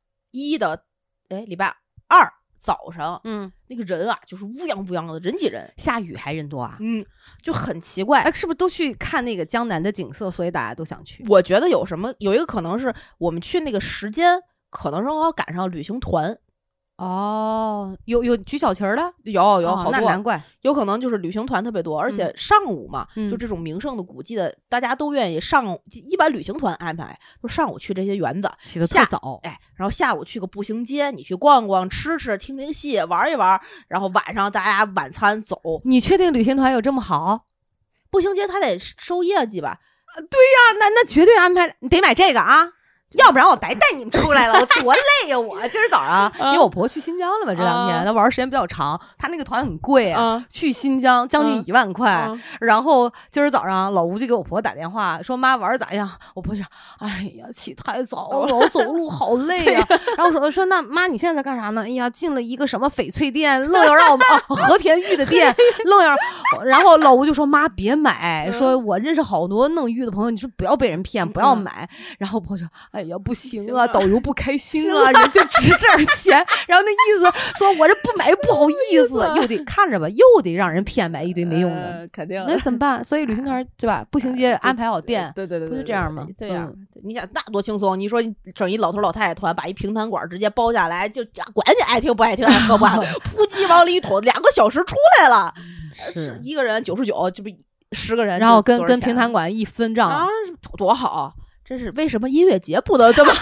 2早上，那个人啊，就是乌泱乌泱的，人挤人， 下雨还人多啊， 就很奇怪。 哎，是不是都去看那个江南的景色，所以大家都想去？ 我觉得有一个可能是我们去那个时间，可能正好赶上旅行团。 有举小旗儿的， 有好多， 那难怪， 有可能就是旅行团特别多，而且上午嘛，就这种名胜的古迹的，大家都愿意一般旅行团安排就上午去这些园子， 起得特早， 然后下午去个步行街，你去逛逛、吃吃、听听戏、玩一玩，然后晚上大家晚餐走。 你确定旅行团有这么好？ 步行街他得收业绩吧？ 对呀，那绝对安排，你得买这个啊。 要不然我白带你们出来了，我多累呀！我今儿早上，因为我婆婆去新疆了嘛，这2天她玩时间比较长，她那个团很贵啊，去新疆将近1万块。然后今儿早上老吴就给我婆婆打电话说妈玩咋样？我婆婆说哎呀起太早了，我走路好累呀。然后说那妈你现在在干啥呢？哎呀进了一个什么翡翠店，愣要让我们和田玉的店，愣要。然后老吴就说妈别买，说我认识好多弄玉的朋友，你说不要被人骗，不要买。然后我婆婆说哎呀不行啊，导游不开心啊，人就值这儿钱。然后那意思说我这不买不好意思，又得看着吧，又得让人骗买一堆没用的， 肯定。 那怎么办？所以旅行团对吧？步行街安排好店， 对， 不就这样吗？ 这样，你想那多轻松？你说你整一老头老太太团，把一平潭馆直接包下来，就管你爱听不爱听，爱喝不爱喝，扑叽往里捅，2个小时出来了，是一个人99，这不10个人， 然后跟平潭馆一分账啊，多好！真是为什么音乐节不能这么？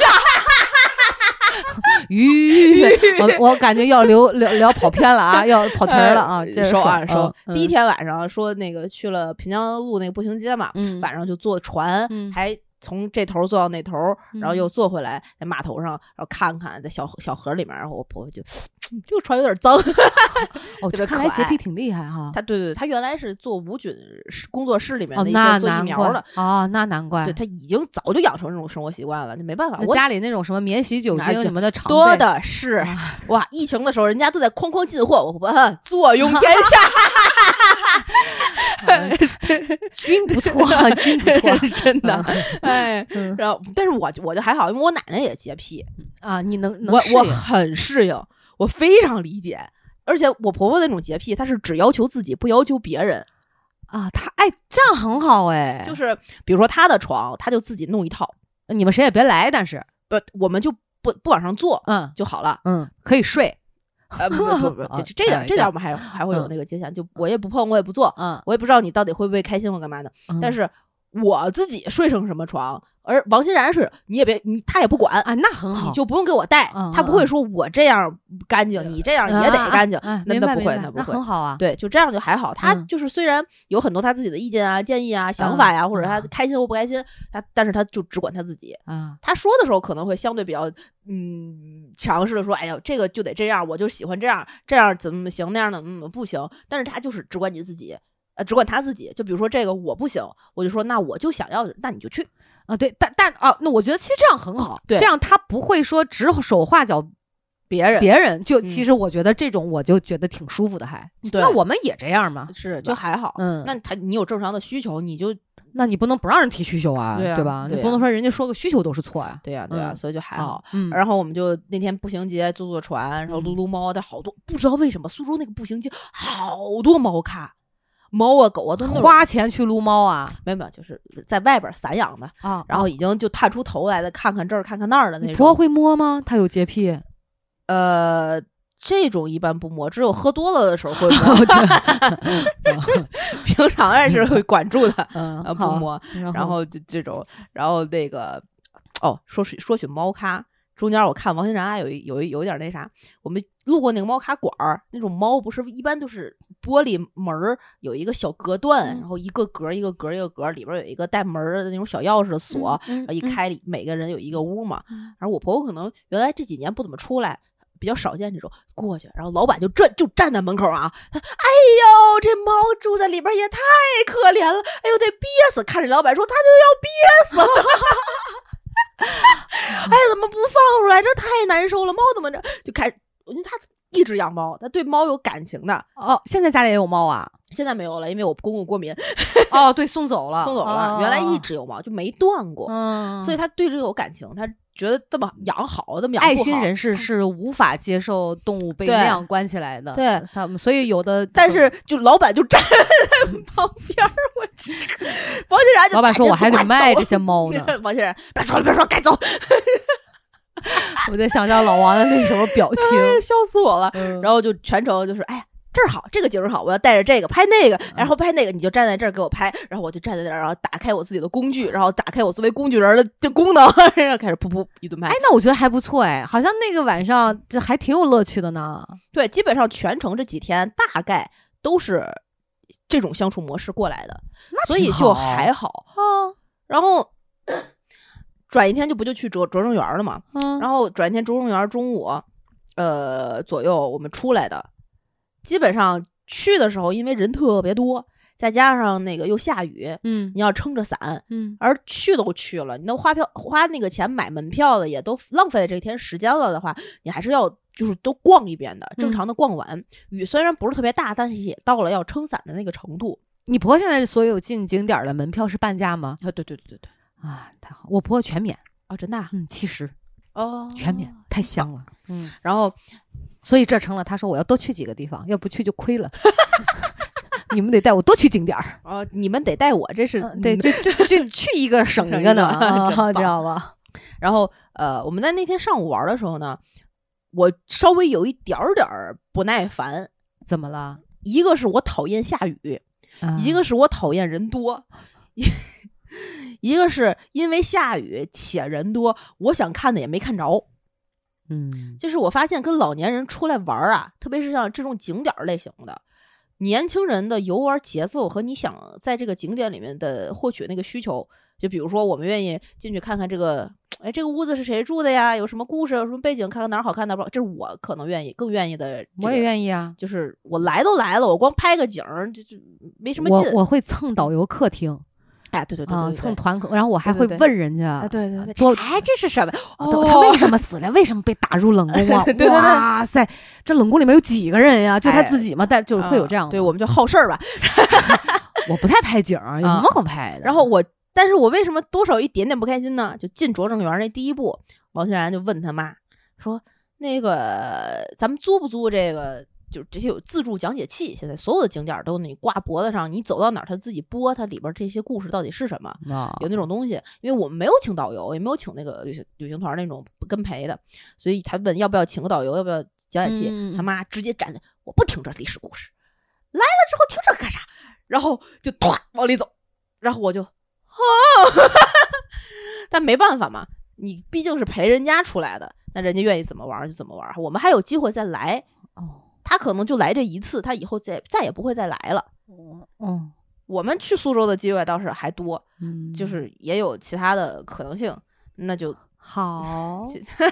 我感觉要聊跑偏了啊，要跑题了啊！ 收。第一天晚上说那个去了平江路那个步行街嘛，晚上就坐船，还从这头坐到那头，然后又坐回来在码头上，然后看看在小河里面，然后我婆婆就这个船有点脏。 看来洁癖挺厉害哈。 对，他原来是做无菌工作室里面的一些做疫苗的那难怪。 对，他已经早就养成这种生活习惯了，就没办法。 我家里那种什么免洗酒精什么的常备多的是。哇，疫情的时候人家都在哐进货，我婆婆坐拥天下。 均不错，均不错， 真的。然后，但是我就还好，因为我奶奶也洁癖啊，你能我很适应，我非常理解。而且我婆婆那种洁癖，她是只要求自己，不要求别人啊。这样很好哎， 就是比如说她的床，她就自己弄一套， 你们谁也别来，但是我们就不往上坐，就好了， 可以睡。 不，这点我们还会有那个界限，就我也不碰，我也不做，我也不知道你到底会不会开心或干嘛的，但是我自己睡成什么床，而王欣然是他也不管啊，那很好， 你就不用给我带，他不会说我这样干净，你这样也得干净，那不会， 那很好啊， 对，就这样就还好。他就是虽然有很多他自己的意见啊、建议啊、想法呀，或者他开心或不开心，但是他就只管他自己。他说的时候可能会相对比较强势的说，哎呀，这个就得这样，我就喜欢这样怎么行，那样的不行。但是他就是只管你自己。只管他自己，就比如说这个我不行，我就说那我就想要，那你就去啊。对，但那我觉得其实这样很好， 对， 这样他不会说指手画脚别人就其实我觉得这种我就觉得挺舒服的，还那我们也这样嘛， 是就还好，那你有正常的需求， 那你不能不让人提需求啊， 对吧？你不能说人家说个需求都是错呀， 对呀，所以就还好。然后我们就那天步行街坐船，然后撸猫的好多，不知道为什么苏州那个步行街好多猫咖。猫啊狗啊都花钱去撸猫啊？ 没有，就是在外边散养的啊，然后已经就探出头来的，看看这儿看看那儿的那种。 婆婆会摸吗？她有洁癖？ 这种一般不摸，只有喝多了的时候会摸。平常还是会管住的，不摸。然后就这种，然后那个说起猫咖。中间我看王欣然有一点那啥，我们路过那个猫咖馆儿，那种猫不是一般都是玻璃门儿有一个小隔断，然后一个格一个格一个格，里边有一个带门的那种小钥匙的锁，然后一开每个人有一个屋嘛。然后我婆婆可能原来这几年不怎么出来，比较少见这种过去，然后老板就站在门口啊，哎呦这猫住在里边也太可怜了，哎呦得憋死，看着老板说他就要憋死了。哎，怎么不放出来？这太难受了。猫怎么着就开始？我觉得他一直养猫，他对猫有感情的。 现在家里也有猫啊？ 现在没有了，因为我公公过敏。 对，送走了。 原来一直有猫，就没断过。所以他对这个有感情，他觉得这么养好，这么养不好。 爱心人士是无法接受动物被那样关起来的。 对， 他们所以有的， 但是就老板就站在旁边，我去，王欣然就老板说我还得卖这些猫呢。 王欣然别说，该走。 我在想象老王的那时候表情， 笑死我了。然后就全程就是哎。这儿好，这个景儿好，我要带着这个拍那个，然后拍那个，你就站在这儿给我拍，然后我就站在那儿，然后打开我自己的工具，然后打开我作为工具人的这功能，然后开始噗一顿拍。 那我觉得还不错好像那个晚上这还挺有乐趣的呢。 对，基本上全程这几天大概都是这种相处模式过来的，所以就还好。然后转一天就不就去拙政园了嘛，然后转一天拙政园中午左右我们出来的，基本上去的时候因为人特别多，再加上那个又下雨，你要撑着伞，而去都去了，你都花那个钱买门票的也都浪费了这一天时间了的话，你还是要就是都逛一遍的，正常的逛完。雨虽然不是特别大，但是也到了要撑伞的那个程度。 你婆现在所有进景点的门票是半价吗？ 对啊，太好，我婆全免哦，真的 ，70 哦， 全免，太香了。 然后所以这成了他说我要多去几个地方，要不去就亏了。你们得带我多去景点儿哦，你们得带我，这是对，就去一个省一个呢，知道吧？ 然后我们在那天上午玩的时候呢，我稍微有一点不耐烦。 怎么了？ 一个是我讨厌下雨，一个是我讨厌人多，一个是因为下雨且人多，我想看的也没看着。就是我发现跟老年人出来玩啊，特别是像这种景点类型的，年轻人的游玩节奏和你想在这个景点里面的获取那个需求，就比如说我们愿意进去看看这个，哎，这个屋子是谁住的呀？有什么故事？有什么背景？看看哪儿好看哪儿不好？这是我可能更愿意的。 我也愿意啊， 就是我来都来了，我光拍个景就没什么劲。 我会蹭导游客厅。 哎，对， 蹭团客，然后我还会问人家， 对， 哎，这是什么？他为什么死了？为什么被打入冷宫啊？哇塞，这冷宫里面有几个人呀？就他自己吗？但就是会有这样的。 对，我们就好事儿吧。 我不太拍景，有什么好拍的？ 然后但是我为什么多少有一点点不开心呢？就进拙政园那第一步，王欣然就问他妈说：“那个，咱们租不租这个？”就这些有自助讲解器，现在所有的景点都你挂脖子上，你走到哪儿它自己播它里边这些故事到底是什么，有那种东西。因为我们没有请导游，也没有请那个旅行团那种跟陪的，所以他问要不要请个导游，要不要讲解器。他妈直接站在，我不听这历史故事，来了之后听这干啥？然后就唰往里走，然后我就但没办法嘛，你毕竟是陪人家出来的，那人家愿意怎么玩就怎么玩，我们还有机会再来。他可能就来这一次，他以后再也不会再来了。我们去苏州的机会倒是还多，就是也有其他的可能性，那就好。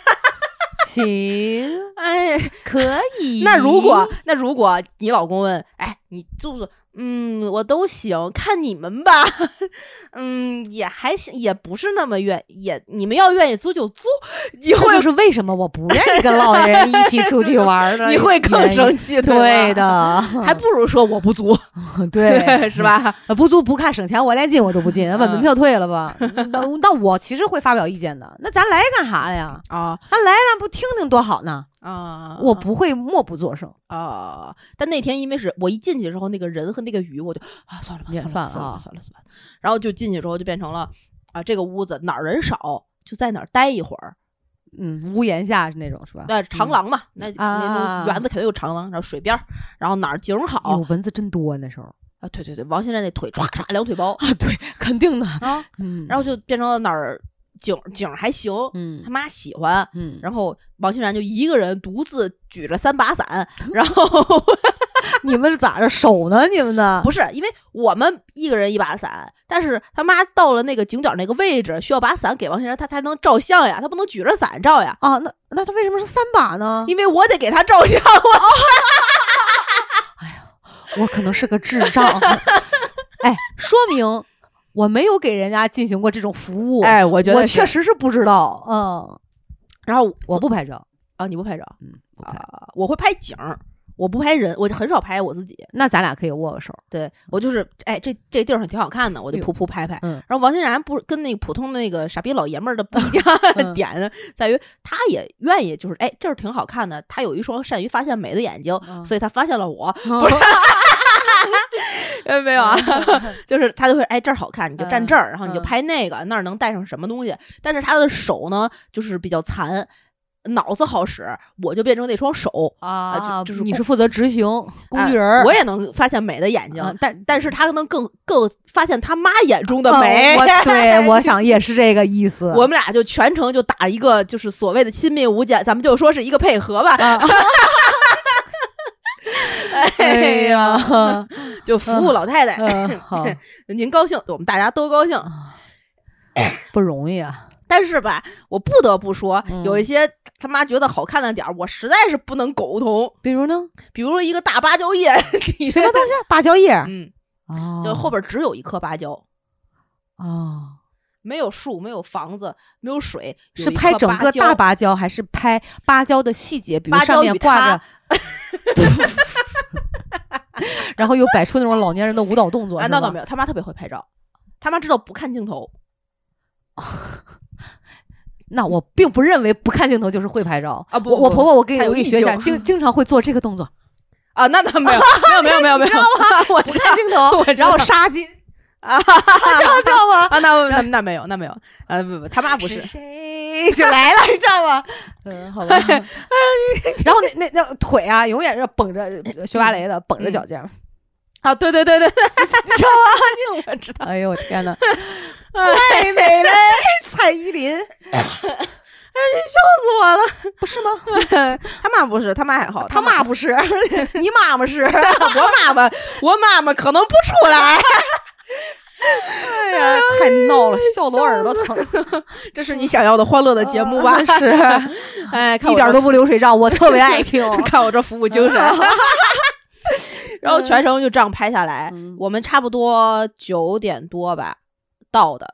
行， 哎， 可以。 那如果你老公问，哎，你住不住？我都行，看你们吧。也还行，也不是那么你们要愿意租就租。这就是为什么我不愿意跟老年人一起出去玩的。 你会更生气， 对的， 还不如说我不租， 对， 是吧？ 不租不看，省钱，我连进我都不进，把门票退了吧。那我其实会发表意见的。那咱来干啥了呀？咱来咱不听听多好呢？我不会默不作声但那天因为是我一进去之后，那个人和那个雨，我就算了吧，算了。然后就进去之后就变成了这个屋子哪儿人少就在哪儿待一会儿。 屋檐下是那种是吧？ 对，长廊嘛，那种园子肯定有长廊，然后水边，然后哪儿景好。 蚊子真多那时候对，王先生那腿唰唰两腿包对，肯定的然后就变成了哪儿景还行，他妈喜欢，然后王欣然就一个人独自举着3把伞，然后你们是咋着手呢？你们呢？ 不是，因为我们一个人1把伞，但是他妈到了那个景点那个位置，需要把伞给王欣然，他才能照相呀，他不能举着伞照呀。 那他为什么是3把呢？ 因为我得给他照相。 哎呀，我可能是个智障。哎，说明我没有给人家进行过这种服务。 哎，我觉得我确实是不知道。 然后我不拍照。 你不拍照？ 不拍。 我会拍景，我不拍人，我很少拍我自己。 那咱俩可以握个手。 对，我就是这地儿挺好看的，我就噗拍。然后王欣然不跟那个普通那个傻逼老爷们儿的不一样点呢，在于他也愿意，就是这儿挺好看的，他有一双善于发现美的眼睛，所以他发现了我。不是。没有就是他就会这儿好看，你就站这儿，然后你就拍那个，那儿能带上什么东西。但是他的手呢，就是比较残，脑子好使，我就变成那双手就是你是负责执行工具人， 我也能发现美的眼睛，但是他能更发现他妈眼中的美。 对，我想也是这个意思。 我们俩就全程就打一个就是所谓的亲密无间，咱们就说是一个配合吧。 哎呀， 就服务老太太，您高兴，我们大家都高兴， 不容易啊。 但是吧，我不得不说，有一些他妈觉得好看的点儿，我实在是不能苟同。 比如呢？ 比如说一个大芭蕉叶， 什么东西？芭蕉叶？ 就后边只有一颗芭蕉。没有树，没有房子，没有水， 是拍整个大芭蕉，还是拍芭蕉的细节？比如上面挂着，然后又摆出那种老年人的舞蹈动作。 那倒没有，他妈特别会拍照，他妈知道不看镜头。 那我并不认为不看镜头就是会拍照啊！不， 我婆婆我给你学一下，经常会做这个动作啊。那倒没有，没有， 知道吗？我不看镜头，然后杀鸡。知道吗？ 那没有，不，他妈不是谁就来了，你知道吗？好吧。然后那腿啊，永远是绷着学芭蕾的，绷着脚尖。 啊，对，你知道吗？我知道。 哎呦我天哪！怪美嘞，蔡依林。 你笑死我了， 不是吗？ 他妈不是，他妈还好， 他妈不是，你妈妈是， 我妈妈可能不出来。 哎呀，太闹了，笑得我耳朵疼。 这是你想要的欢乐的节目吧？ 是，哎，一点都不流水账，我特别爱听。 看我这服务精神。然后全程就这样拍下来，我们差不多9点多吧到的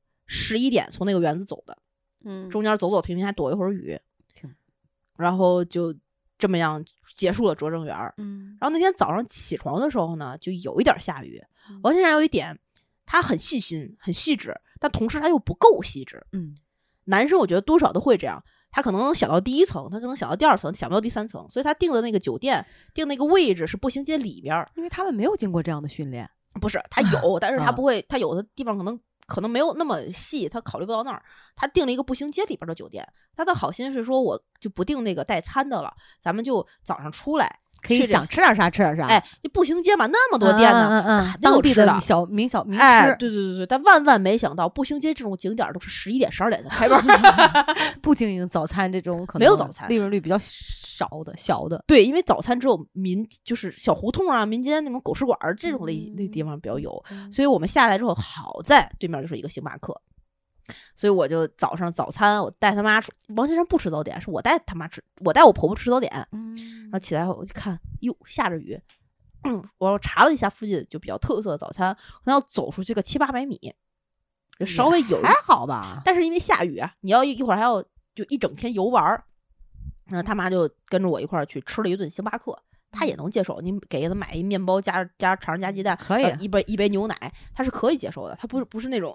，11点从那个园子走的，中间走停停还躲一会儿雨，然后就这么样结束了拙政园。然后那天早上起床的时候呢，就有一点下雨。王先生有一点，他很细心很细致，但同时他又不够细致。男生我觉得多少都会这样，他可能能想到第1层，他可能想到第2层，想不到第3层，所以他定的那个酒店定那个位置是步行街里边， 因为他们没有经过这样的训练。 不是，他有，但是他不会，他有的地方可能没有那么细，他考虑不到那儿。他订了一个步行街里边的酒店，他的好心是说我就不订那个带餐的了，咱们就早上出来可以想吃点啥吃点啥。 哎，步行街嘛，那么多店呢， 当地的名吃。 哎，对，但万没想到，步行街这种景点都是11点12点的开门。 不经营早餐这种可能没有早餐， 利润率比较少的小的。 对，因为早餐只有就是小胡同啊、民间那种狗食馆这种那地方比较有，所以我们下来之后，好在对面就是一个星巴克。所以我就早上早餐，我带他妈王先生不吃早点，是我带他妈吃，我带我婆婆吃早点。然后起来我就看，哟，下着雨。我查了一下附近就比较特色的早餐，可能要走出去个700-800米，就稍微有还好吧。 但是因为下雨啊，你要一会儿还要就一整天游玩，那他妈就跟着我一块儿去吃了一顿星巴克。他也能接受，你给他买一面包加肠加鸡蛋， 可以一杯牛奶，他是可以接受的。他不是那种。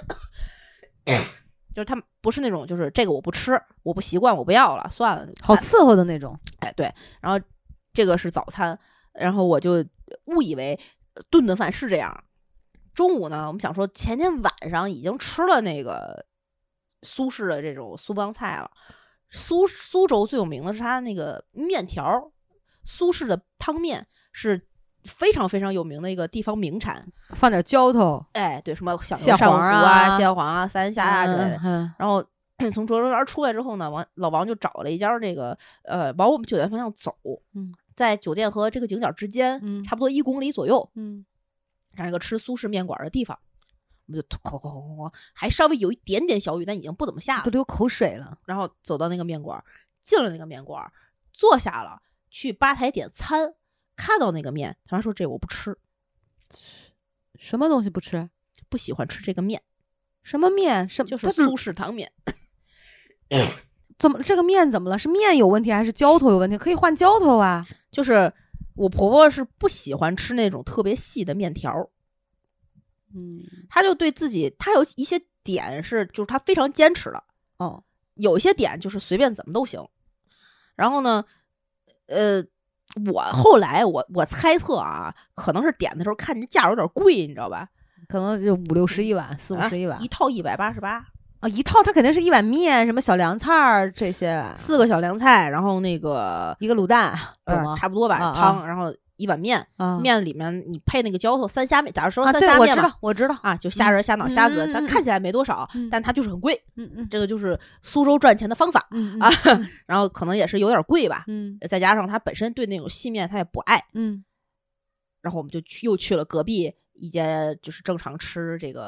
就是他不是那种，就是这个我不吃，我不习惯，我不要了，算了， 好伺候的那种。 哎，对。然后这个是早餐，然后我就误以为顿饭是这样。中午呢，我们想说前天晚上已经吃了那个苏式的这种苏帮菜了。苏州最有名的是它那个面条，苏式的汤面是非常非常有名的一个地方名产， 放点浇头， 哎，对，什么响油鳝糊啊、蟹黄啊、三虾啊之类的。然后从拙政园出来之后呢，老王就找了一家这个往我们酒店方向走，在酒店和这个景点之间，差不多1公里左右，这样一个吃苏式面馆的地方，我们就哐，还稍微有一点点小雨，但已经不怎么下了， 都流口水了。 然后走到那个面馆，进了那个面馆，坐下了，去吧台点餐。看到那个面，他妈说这我不吃。 什么东西不吃？ 不喜欢吃这个面。 什么面？ 就是苏式汤面。 怎么这个面怎么了？是面有问题还是浇头有问题？可以换浇头啊。 就是我婆婆是不喜欢吃那种特别细的面条。她就对自己，她有一些点是，就是她非常坚持的。有一些点就是随便怎么都行。然后呢，我后来我猜测啊，可能是点的时候看见价有点贵，你知道吧？ 可能就50-60一碗，40-50一碗， 一套188 啊，一套它肯定是一碗面，什么小凉菜这些 ，4个小凉菜，然后那个一个卤蛋， 差不多吧，汤，然后一碗面，面里面你配那个浇头三虾面，假如说三虾面吧， 我知道啊，就虾仁、虾脑、虾子，但看起来没多少，但它就是很贵，这个就是苏州赚钱的方法啊，然后可能也是有点贵吧，再加上他本身对那种细面他也不爱，然后我们就又去了隔壁一家，就是正常吃这个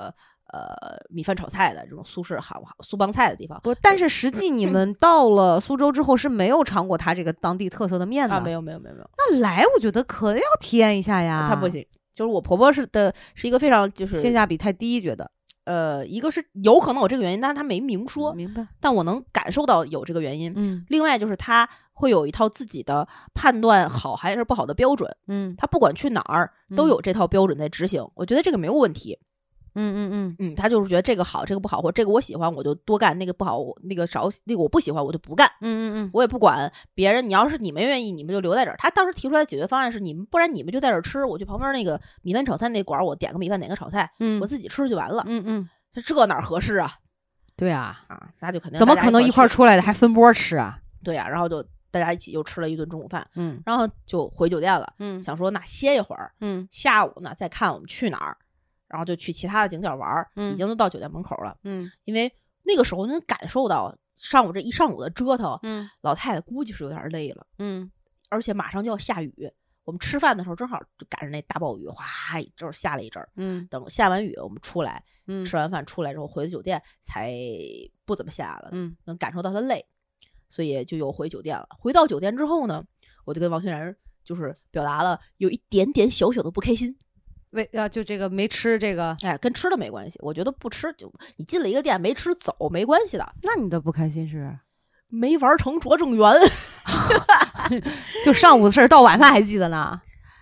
米饭炒菜的这种苏式苏帮菜的地方。 不，但是实际你们到了苏州之后是没有尝过它这个当地特色的面的啊？没有。 那来我觉得可要体验一下呀。 它不行，就是我婆婆是一个非常就是性价比太低，觉得。 一个是有可能有这个原因，但是他没明说， 明白。 但我能感受到有这个原因。 嗯， 另外就是他会有一套自己的判断好还是不好的标准。 嗯， 他不管去哪儿都有这套标准在执行，我觉得这个没有问题。他就是觉得这个好，这个不好，或者这个我喜欢我就多干，那个不好，那个少，那个我不喜欢我就不干。我也不管别人，你要是你们愿意，你们就留在这儿。他当时提出来的解决方案是不然你们就在这儿吃，我去旁边那个米饭炒菜那馆，我点个米饭，点个炒菜，我自己吃就完了。这哪合适啊？ 对啊， 那就肯定怎么可能一块出来的还分波吃啊？ 对啊，然后就大家一起又吃了一顿中午饭，然后就回酒店了，想说那歇一会儿，下午呢再看我们去哪儿。然后就去其他的景点玩，已经都到酒店门口了。因为那个时候能感受到这一上午的折腾，老太太估计是有点累了，而且马上就要下雨。我们吃饭的时候正好就赶上那大暴雨，哗，一阵下了一阵儿。等下完雨我们出来，吃完饭出来之后回的酒店才不怎么下了，能感受到她累，所以就又回酒店了。回到酒店之后呢，我就跟王欣然就是表达了有一点点小小的不开心。 就这个没吃这个， 跟吃的没关系。我觉得不吃就你进了一个店没吃走没关系的。 那你的不开心是没玩成拙政园， 就上午的事儿到晚饭还记得呢。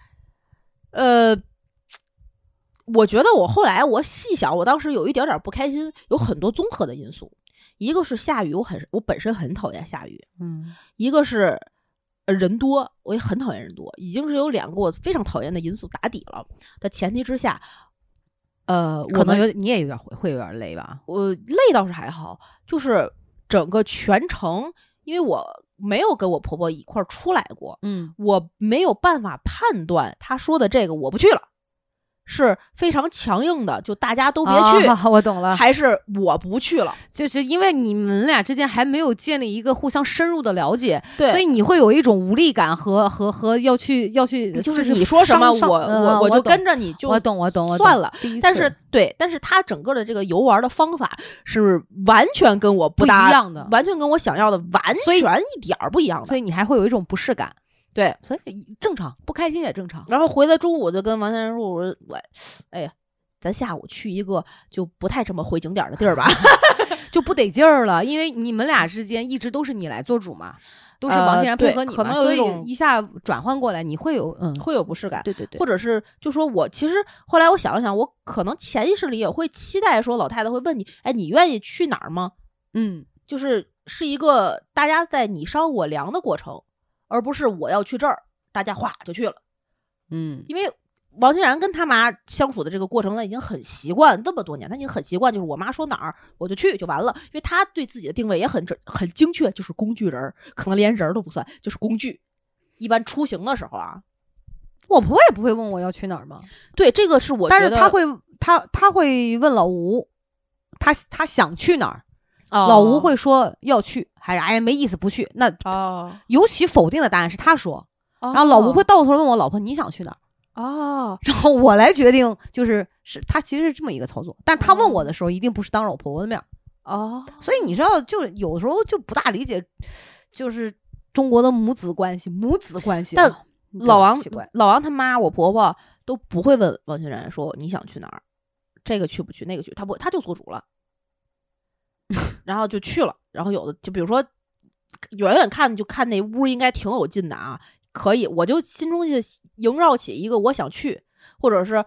我觉得我后来我细想，我当时有一点点不开心，有很多综合的因素。一个是下雨，我本身很讨厌下雨，一个是人多，我也很讨厌人多，已经是有2个我非常讨厌的因素打底了的前提之下， 可能你也会有点累吧？ 我累倒是还好，就是整个全程，因为我没有跟我婆婆一块儿出来过，我没有办法判断她说的这个我不去了。是非常强硬的，就大家都别去， 我懂了， 还是我不去了， 就是因为你们俩之间还没有建立一个互相深入的了解， 对， 所以你会有一种无力感和要去， 就是你说什么我就跟着你就我懂算了，但是他整个的这个游玩的方法是完全跟我不一样的， 完全跟我想要的完全一点不一样的， 所以你还会有一种不适感。 对， 所以正常，不开心也正常。 然后回来中午我就跟王先生说：“我说，哎呀，咱下午去一个就不太这么回景点的地儿吧， 就不得劲儿了。因为你们俩之间一直都是你来做主嘛，都是王先生配合你嘛， 可能有一种一下转换过来，你会有会有不适感。 对， 或者是就说我其实后来我想了想，我可能潜意识里也会期待说老太太会问你，哎，你愿意去哪儿吗？就是一个大家在你商我量的过程。”而不是我要去这儿，大家哗就去了。因为王欣然跟他妈相处的这个过程呢，已经很习惯，这么多年，他已经很习惯，就是我妈说哪儿我就去就完了。因为他对自己的定位也很精确，就是工具人，可能连人都不算，就是工具。一般出行的时候啊， 我婆婆也不会问我要去哪儿吗？ 对，这个是我觉得， 但是他会问老吴，他想去哪儿。老吴会说要去，还是哎呀没意思不去。那尤其否定的答案是他说，然后老吴会倒头问我老婆你想去哪儿？然后我来决定，是他其实是这么一个操作，但他问我的时候一定不是当着我婆婆的面。所以你知道，就有时候就不大理解，就是中国的母子关系。 但老王他妈我婆婆都不会问王欣然说你想去哪儿，这个去不去那个去，他就做主了。然后就去了，然后有的就比如说远远看就看那屋应该挺有劲的啊，可以，我就心中就萦绕起一个我想去，或者是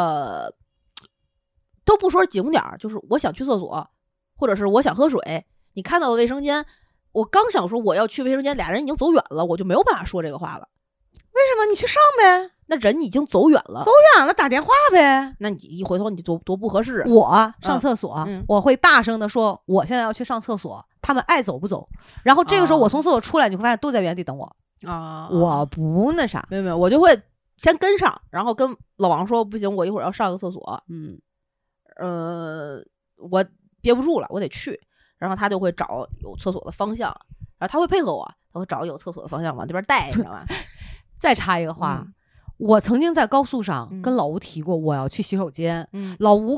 都不说景点，就是我想去厕所，或者是我想喝水。你看到的卫生间，我刚想说我要去卫生间，俩人已经走远了，我就没有办法说这个话了。 为什么？你去上呗。 那人已经走远了， 打电话呗。 那你一回头你多不合适啊。 我上厕所，我会大声的说我现在要去上厕所，他们爱走不走。然后这个时候我从厕所出来，你会发现都在原地等我啊。我不那啥， 没有，我就会先跟上，然后跟老王说不行，我一会儿要上个厕所。我憋不住了，我得去。然后他就会找有厕所的方向，然后他会配合我，他会找有厕所的方向往这边带，你知道吗？ 再插一个话。我曾经在高速上跟老吴提过我要去洗手间，老吴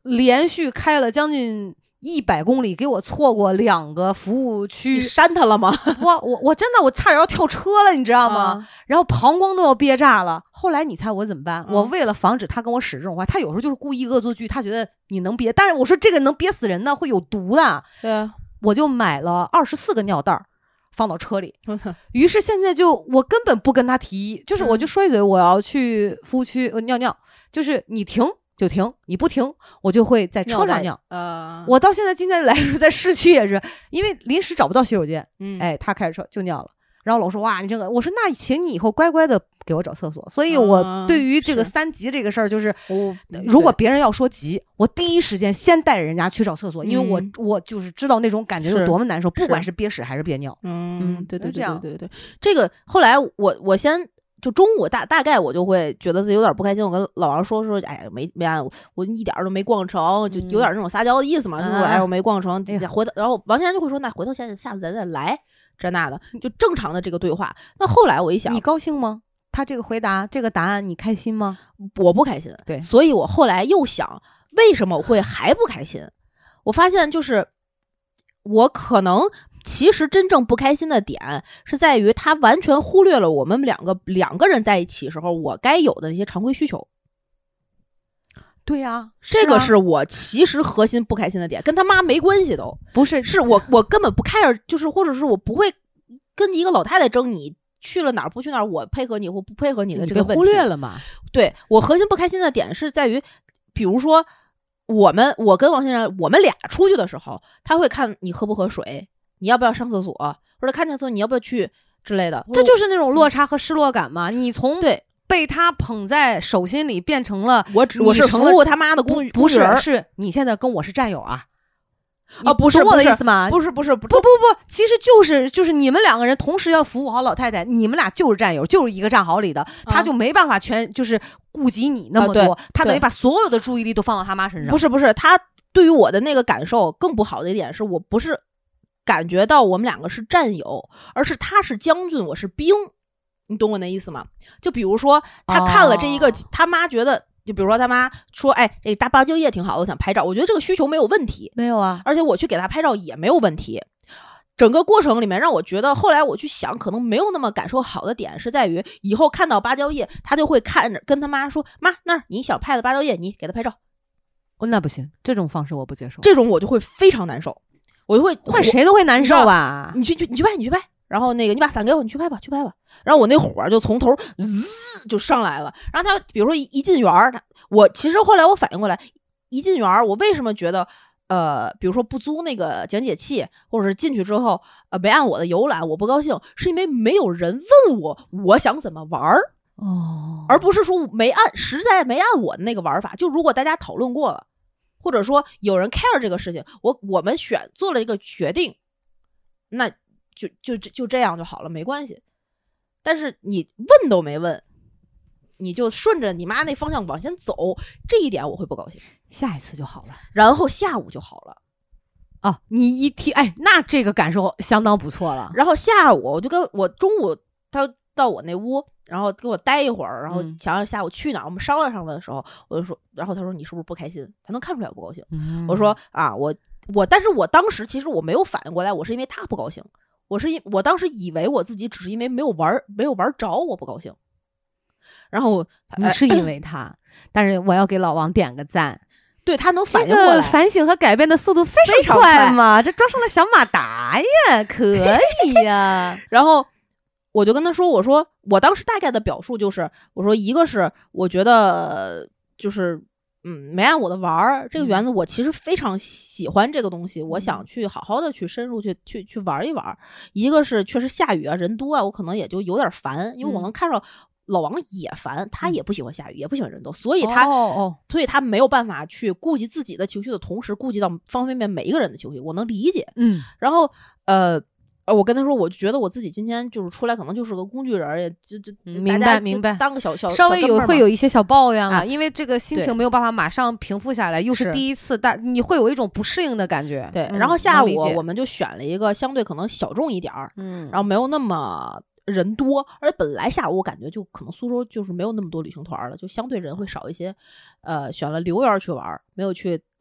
连续开了将近100公里，给我错过2个服务区。 你删他了吗？ 我真的我差点要跳车了，你知道吗？然后膀胱都要憋炸了。后来你猜我怎么办？我为了防止他跟我使这种话，他有时候就是故意恶作剧，他觉得你能憋，但是我说这个能憋死人的，会有毒的。 对啊， 我就买了24个尿袋放到车里。于是现在我根本不跟他提，就是我就说一嘴我要去服务区尿尿，就是你停就停，你不停我就会在车上尿。我到现在今天来说在市区也是，因为临时找不到洗手间，他开着车就尿了。然后老说哇你这个，我说那请你以后乖乖的给我找厕所。所以我对于这个3急这个事儿，就是如果别人要说急，我第一时间先带着人家去找厕所，因为我就是知道那种感觉有多么难受，不管是憋屎还是憋尿。 对，这个后来我先就中午大概我就会觉得自己有点不开心，我跟老王说哎没按我一点都没逛成，就有点那种撒娇的意思嘛，就说哎我没逛成，回头然后王先生就会说那回头下次咱再来。这那的就正常的这个对话。那后来我一想， 你高兴吗？他这个回答这个答案你开心吗？ 我不开心。 对， 所以我后来又想，为什么我会还不开心？我发现就是我可能其实真正不开心的点是在于他完全忽略了我们两个人在一起时候我该有的那些常规需求。 对呀， 这个是我其实核心不开心的点，跟他妈没关系都不是， 是我根本不 care， 就是或者是我不会跟一个老太太争你去了哪儿不去哪儿，我配合你或不配合你的这个问题。 你被忽略了嘛？ 对，我核心不开心的点是在于，比如说我跟王先生我们俩出去的时候，他会看你喝不喝水，你要不要上厕所，或者看厕所你要不要去之类的， 这就是那种落差和失落感嘛。你从对。 被他捧在手心里变成了我是服务他妈的工具人， 不是你现在跟我是战友啊？ 不是我的意思吗？ 不， 其实就是你们2个人同时要服务好老太太，你们俩就是战友，就是一个战壕里的，他就没办法就是顾及你那么多，他等于把所有的注意力都放到他妈身上。 不是，他对于我的那个感受更不好的一点是，我不是感觉到我们2个是战友，而是他是将军，我是兵。你懂我那意思吗？就比如说他看了这一个，他妈觉得，就比如说他妈说，哎，这大芭蕉叶挺好的，我想拍照。我觉得这个需求没有问题， 没有啊， 而且我去给他拍照也没有问题。整个过程里面让我觉得，后来我去想，可能没有那么感受好的点是在于，以后看到芭蕉叶，他就会看着跟他妈说，妈，那儿你想拍的芭蕉叶，你给他拍照。 那不行，这种方式我不接受， 这种我就会非常难受，我就会换谁都会难受吧？ 你去拍。然后那个你把伞给我，你去拍吧。然后我那火就从头就上来了。然后他比如说一进园儿，我其实后来我反应过来，一进园儿我为什么觉得比如说不租那个讲解器，或者是进去之后没按我的游览我不高兴，是因为没有人问我想怎么玩儿而不是说实在没按我的那个玩法。就如果大家讨论过了，或者说有人 care 这个事情，我们做了一个决定，那就这样就好了，没关系。但是你问都没问，你就顺着你妈那方向往前走，这一点我会不高兴。 下一次就好了， 然后下午就好了。 哦，你一提，哎，那这个感受相当不错了。 然后下午我就跟我中午他到我那屋，然后给我待一会儿，然后想想下午去哪儿，我们商量的时候，我就说，然后他说你是不是不开心？他能看出来我不高兴。我说啊，但是我当时其实我没有反应过来，我是因为他不高兴。我当时以为我自己只是因为没有玩着我不高兴，然后你是因为他，但是我要给老王点个赞， 对他能反应过来， 反省和改变的速度非常快嘛，这装上了小马达呀，可以呀。 然后我就跟他说，我说我当时大概的表述就是，我说一个是我觉得就是没按我的玩儿，这个园子我其实非常喜欢这个东西，我想去好好的去深入去玩一玩。一个是确实下雨啊，人多啊，我可能也就有点烦，因为我能看到老王也烦，他也不喜欢下雨，也不喜欢人多，所以他没有办法去顾及自己的情绪的同时，顾及到方方面面每一个人的情绪，我能理解。然后我跟他说，我就觉得我自己今天就是出来，可能就是个工具人，也就明白， 当个小稍微会有一些小抱怨了， 因为这个心情没有办法马上平复下来，又是第一次，你会有一种不适应的感觉。 对，然后下午我们就选了一个相对可能小众一点然后没有那么人多，而且本来下午我感觉就可能苏州就是没有那么多旅行团了，就相对人会少一些。选了留园去玩，没有去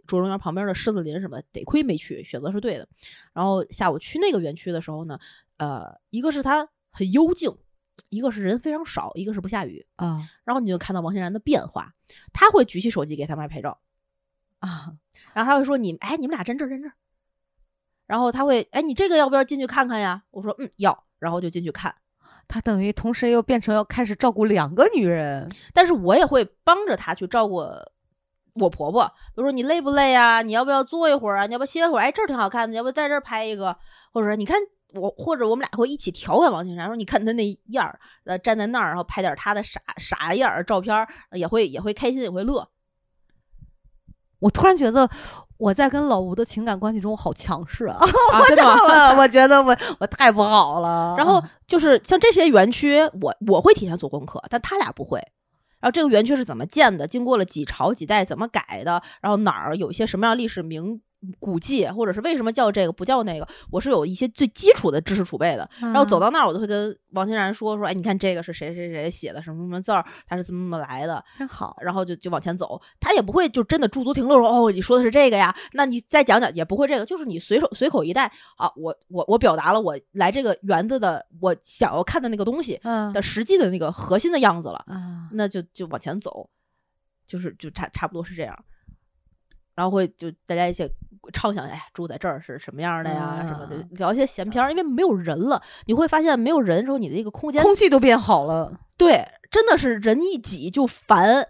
卓荣园旁边的狮子林什么的，得亏没去，选择是对的。然后下午去那个园区的时候呢，一个是它很幽静，一个是人非常少，一个是不下雨啊。 然后你就看到王欣然的变化，他会举起手机给他妈拍照啊， 然后他会说你们俩真这。然后他会你这个要不要进去看看呀？我说要，然后就进去看。 他等于同时又变成要开始照顾2个女人， 但是我也会帮着他去照顾我婆婆，比如说你累不累啊？你要不要坐一会儿啊？你要不要歇一会儿？这儿挺好看的，你要不要在这儿拍一个？或者说你看或者我们俩会一起调侃王欣然，说你看他那样儿，站在那儿，然后拍点他的傻样儿照片，也会开心，也会乐。 我突然觉得我在跟老吴的情感关系中好强势啊！ 真的吗？ 我觉得我太不好了。 然后就是像这些园区，我会提前做功课，但他俩不会。然后这个园区是怎么建的？经过了几朝几代怎么改的？然后哪儿有一些什么样的历史古迹，或者是为什么叫这个不叫那个？我是有一些最基础的知识储备的。然后走到那儿，我都会跟王欣然说，你看这个是谁谁谁写的什么什么字儿，他是怎么来的， 真好。 然后就往前走，他也不会就真的驻足停留说你说的是这个呀，那你再讲讲，也不会这个，就是你随口一带啊，我表达了我来这个园子的我想要看的那个东西的实际的那个核心的样子了，那就往前走，就差不多是这样。然后会就大家一起畅想，住在这儿是什么样的呀？什么的，聊一些闲篇，因为没有人了，你会发现没有人的时候，你的这个空气都变好了。 对，真的是人一挤就烦，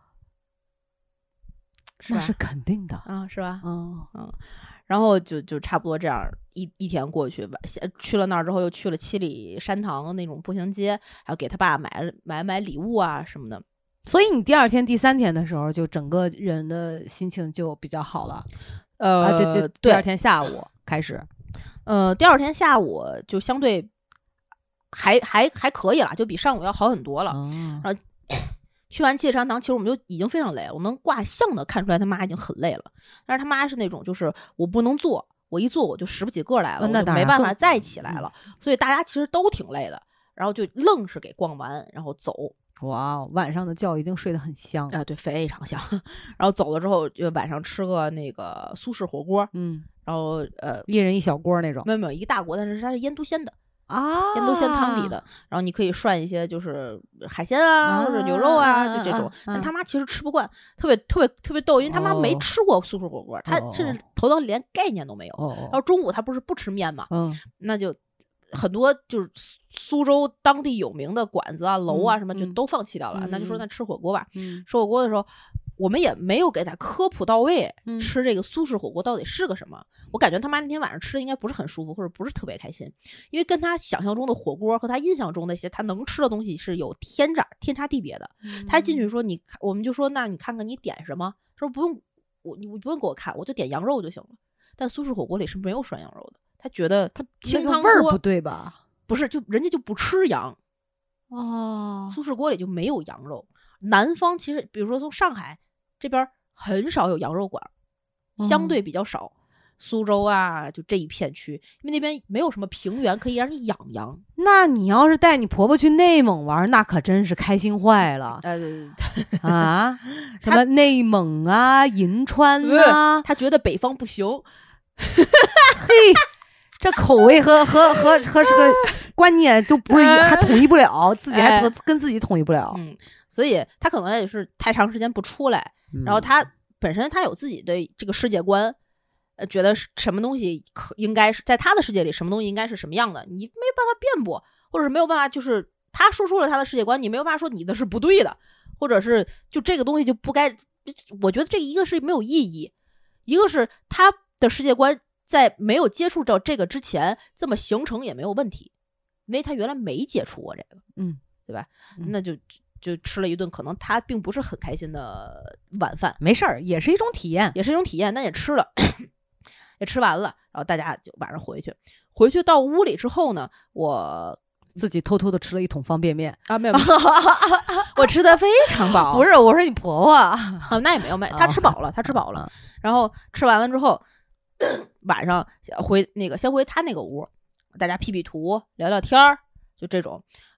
那是肯定的啊，是吧？然后就差不多这样一天过去吧。去了那儿之后，又去了七里山堂那种步行街，还有给他爸买礼物啊什么的。 所以你第2天、第3天的时候，就整个人的心情就比较好了。就第2天下午开始。 第2天下午就相对还可以了，就比上午要好很多了。然后去完七里山堂，其实我们就已经非常累了。我能卦象的看出来他妈已经很累了，但是他妈是那种就是我不能坐，我一坐我就拾不起个来了，我就没办法再起来了。所以大家其实都挺累的，然后就愣是给逛完，然后走。 哇，晚上的觉一定睡得很香啊！对，非常香。然后走了之后，就晚上吃个那个苏式火锅，然后一人一小锅那种， 没有一个大锅，但是它是腌笃鲜的啊， 腌笃鲜汤底的。然后你可以涮一些就是海鲜啊，或者牛肉啊，就这种。但他妈其实吃不惯，特别逗，因为他妈没吃过苏式火锅，他甚至头当连概念都没有。然后中午他不是不吃面嘛，那就很多就是苏州当地有名的馆子啊、楼啊什么就都放弃掉了，那就说那吃火锅吧。吃火锅的时候，我们也没有给他科普到位，吃这个苏式火锅到底是个什么。我感觉他妈那天晚上吃的应该不是很舒服，或者不是特别开心，因为跟他想象中的火锅和他印象中那些他能吃的东西是有天差地别的。他进去说我们就说那你看看你点什么，说不用你不用给我看，我就点羊肉就行了。但苏式火锅里是没有涮羊肉的。他觉得他清汤味儿不对吧？ 不是，就人家就不吃羊苏式锅里就没有羊肉。南方其实，比如说从上海这边很少有羊肉馆，相对比较少。苏州啊，就这一片区，因为那边没有什么平原可以让你养羊。 那你要是带你婆婆去内蒙玩，那可真是开心坏了。啊，什么内蒙啊、银川啊， 他觉得北方不行。 嘿。这口味和这个观念都不是还统一不了，自己还跟自己统一不了。 所以他可能也是太长时间不出来，然后他本身他有自己的这个世界观，觉得什么东西应该是在他的世界里，什么东西应该是什么样的，你没有办法辩驳，或者是没有办法，就是他说出了他的世界观，你没有办法说你的是不对的，或者是就这个东西就不该。我觉得这一个是没有意义，一个是他的世界观。在没有接触到这个之前，这么形成也没有问题，因为他原来没接触过这个，对吧？那就吃了一顿可能他并不是很开心的晚饭， 没事儿，也是一种体验， 但也吃了，也吃完了，然后大家就晚上回去到屋里之后呢，我自己偷偷的吃了1桶方便面啊，没有，我吃的非常饱。 不是，我说你婆婆啊， 那也没有，他吃饱了，然后吃完了之后。晚上先回他那个屋，大家 P 图聊聊天儿，就这种。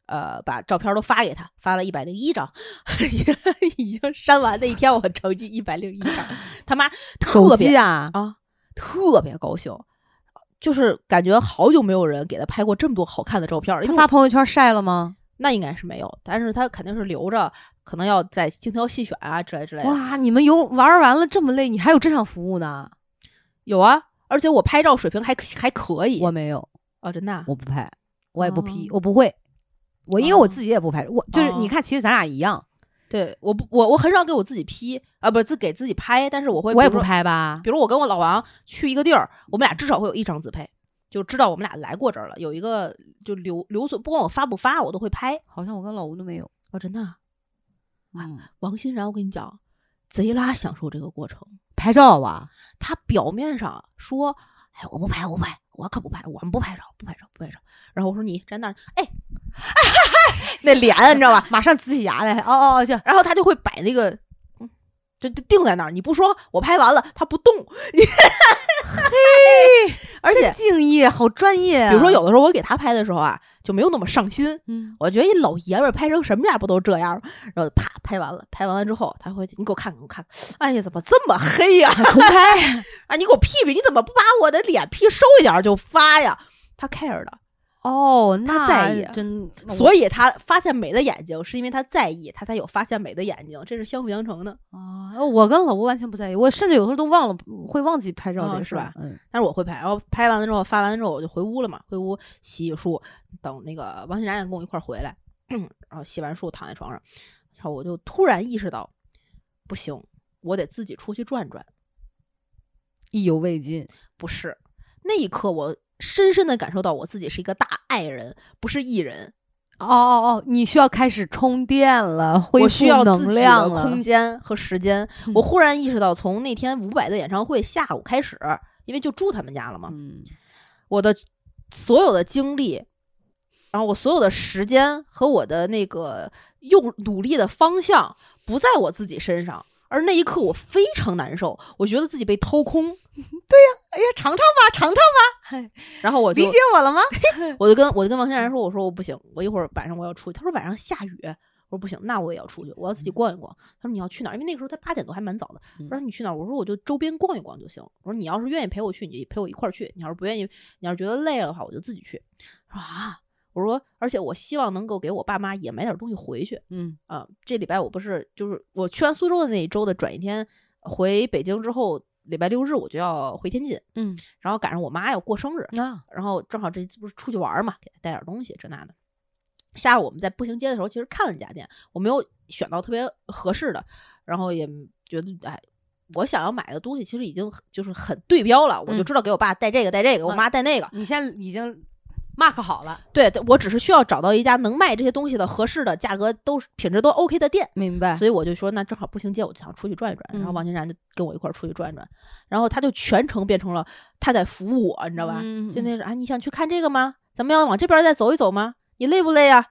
把照片都发给他，发了101张，已经删完那一天，我成绩101张，他妈特别特别高兴，就是感觉好久没有人给他拍过这么多好看的照片。 他发朋友圈晒了吗？ 那应该是没有，但是他肯定是留着，可能要再精挑细选啊之类的。 哇，你们玩完了这么累，你还有这项服务呢？ 有啊，而且我拍照水平还可以。 我没有哦，真的、啊， 我不拍，我也不 P，我不会。因为我自己也不拍，我就是你看，其实咱俩一样。 对，我很少给我自己 P 啊，不是给自己拍，但是我也不拍吧。 比如我跟我老王去一个地儿，我们俩至少会有1张自拍，就知道我们俩来过这儿了，有一个就留存，不管我发不发，我都会拍。 好像我跟老吴都没有。 哦，真的、啊。王欣然，我跟你讲，贼拉享受这个过程， 拍照吧。 他表面上说，哎，我不拍，我可不拍，我们不拍照。然后我说你站那儿，哎，那脸你知道吧？ 马上呲起牙来，就， 然后他就会摆那个，就定在那儿。你不说，我拍完了，他不动。 嘿， 而且敬业，好专业、啊。 比如说，有的时候我给他拍的时候啊，就没有那么上心。我觉得一老爷们儿拍成什么样不都这样？然后啪拍完了之后，他会你给我看看，哎呀，怎么这么黑呀、啊？ 重拍啊！你给我 P， 你怎么不把我的脸 P 收一点就发呀？他 care 的。 哦，那他在意， 真， 所以他发现美的眼睛是因为他在意，他才有发现美的眼睛，这是相辅相成的。 我跟老吴完全不在意，我甚至有时候都会忘记拍照这个是吧？但是我会拍，然后拍完了之后发完了之后我就回屋了嘛，回屋洗漱，等那个王欣然也跟我一块回来，然后洗完漱躺在床上，然后我就突然意识到，不行，我得自己出去转转， 意犹未尽。 不是，那一刻我深深的感受到我自己是一个大爱人，不是艺人。 你需要开始充电了，恢复能量了。 我需要自己的空间和时间。我忽然意识到，从那天伍佰的演唱会下午开始，因为就住他们家了嘛，我的所有的精力，然后我所有的时间和我的那个努力的方向不在我自己身上。而那一刻我非常难受，我觉得自己被掏空。对呀，哎呀，尝尝吧。 然后我就理解我了吗？ 我就跟王欣然说，我说我不行，我一会儿晚上我要出去。他说晚上下雨，我说不行，那我也要出去，我要自己逛一逛。他说你要去哪儿？因为那个时候才8点多，还蛮早的。我说你去哪儿？我说我就周边逛一逛就行。我说你要是愿意陪我去，你就陪我一块儿去；你要是不愿意，你要是觉得累了的话，我就自己去。他说啊。我说，而且我希望能够给我爸妈也买点东西回去。这礼拜我不是就是我去完苏州的那一周的转一天回北京之后，礼拜6日我就要回天津。然后赶上我妈要过生日然后正好这不是出去玩嘛，给她带点东西这那的。下午我们在步行街的时候，其实看了家店，我没有选到特别合适的，然后也觉得我想要买的东西其实已经就是很对标了，我就知道给我爸带这个，我妈带那个。 你现在已经mark 好了， 对，我只是需要找到一家能卖这些东西的合适的价格品质都 OK 的店。 明白。 所以我就说那正好步行街我就想出去转一转，然后王欣然就跟我一块出去转一转，然后他就全程变成了他在服务我，你知道吧？就那是你想去看这个吗？咱们要往这边再走一走吗？你累不累啊？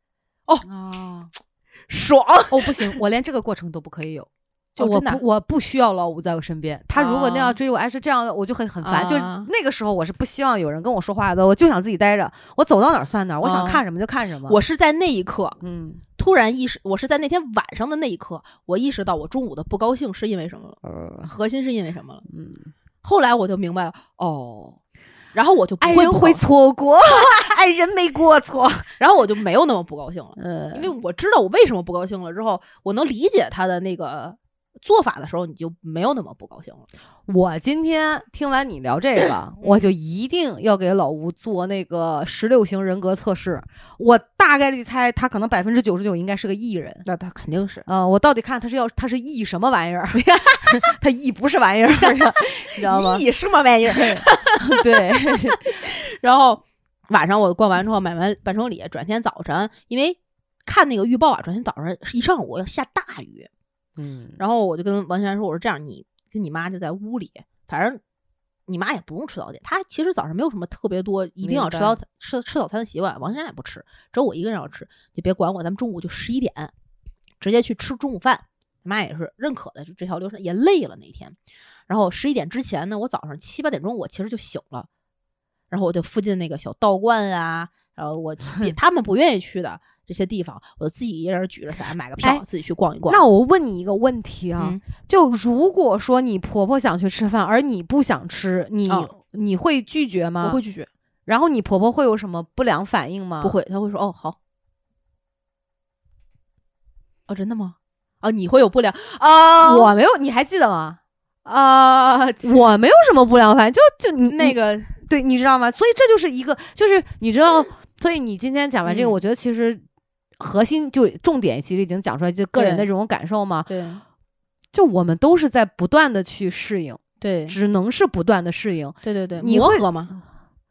爽！ 不行，我连这个过程都不可以有。就我不需要老吴在我身边，他如果那样追我，是这样，我就很烦。就是那个时候，我是不希望有人跟我说话的，我就想自己待着，我走到哪儿算哪儿，我想看什么就看什么。 我是在那一刻，突然我是在那天晚上的那一刻，我意识到我中午的不高兴是因为什么了，核心是因为什么了。后来我就明白了，然后我就不爱人会错过，爱人没过错， 然后我就没有那么不高兴了，因为我知道我为什么不高兴了之后，我能理解他的那个做法的时候，你就没有那么不高兴了。 我今天听完你聊这个，我就一定要给老吴做那个16型人格测试。我大概率猜他可能99%应该是个 E 人。 那他肯定是。 我到底看他是 E 什么玩意儿？他 E 不是玩意儿，你知道吗 ？E 什么玩意儿？ 对。 然后晚上我逛完之后买完伴手礼，转天早晨因为看那个预报啊，转天早上一上午要下大雨。然后我就跟王欣然说，我说这样，你跟你妈就在屋里，反正你妈也不用吃早点，她其实早上没有什么特别多一定要吃早餐的习惯，王欣然也不吃，只有我一个人要吃，你别管我，咱们中午就11点直接去吃中午饭。妈也是认可的，就这条流程，也累了那天。然后11点之前呢，我早上7、8点钟我其实就醒了， 然后我就附近那个小道观啊，然后我他们不愿意去的这些地方，我自己一人举着伞买个票，自己去逛一逛。 那我问你一个问题啊，就如果说你婆婆想去吃饭，而你不想吃，你会拒绝吗？ 我会拒绝。 然后你婆婆会有什么不良反应吗？ 不会，她会说哦好。哦，真的吗？啊，你会有不良啊？ 我没有，你还记得吗？啊，我没有什么不良反应，就你那个对，你知道吗？所以这就是一个，就是你知道，所以你今天讲完这个，我觉得其实核心就重点其实已经讲出来，就个人的这种感受嘛。 对， 就我们都是在不断的去适应， 对， 只能是不断的适应。 对对对， 你磨合吗？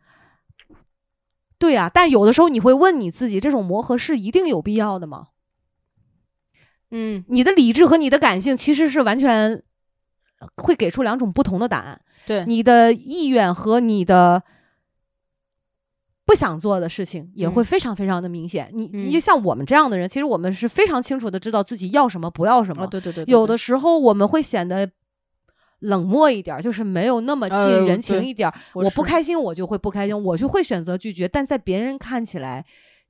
对啊，但有的时候你会问你自己，这种磨合是一定有必要的吗？你的理智和你的感性其实是完全会给出两种不同的答案。 对， 你的意愿和你的不想做的事情也会非常非常的明显。你像我们这样的人，其实我们是非常清楚的知道自己要什么不要什么。 对对对， 有的时候我们会显得冷漠一点，就是没有那么近人情一点。我不开心我就会不开心，我就会选择拒绝。但在别人看起来，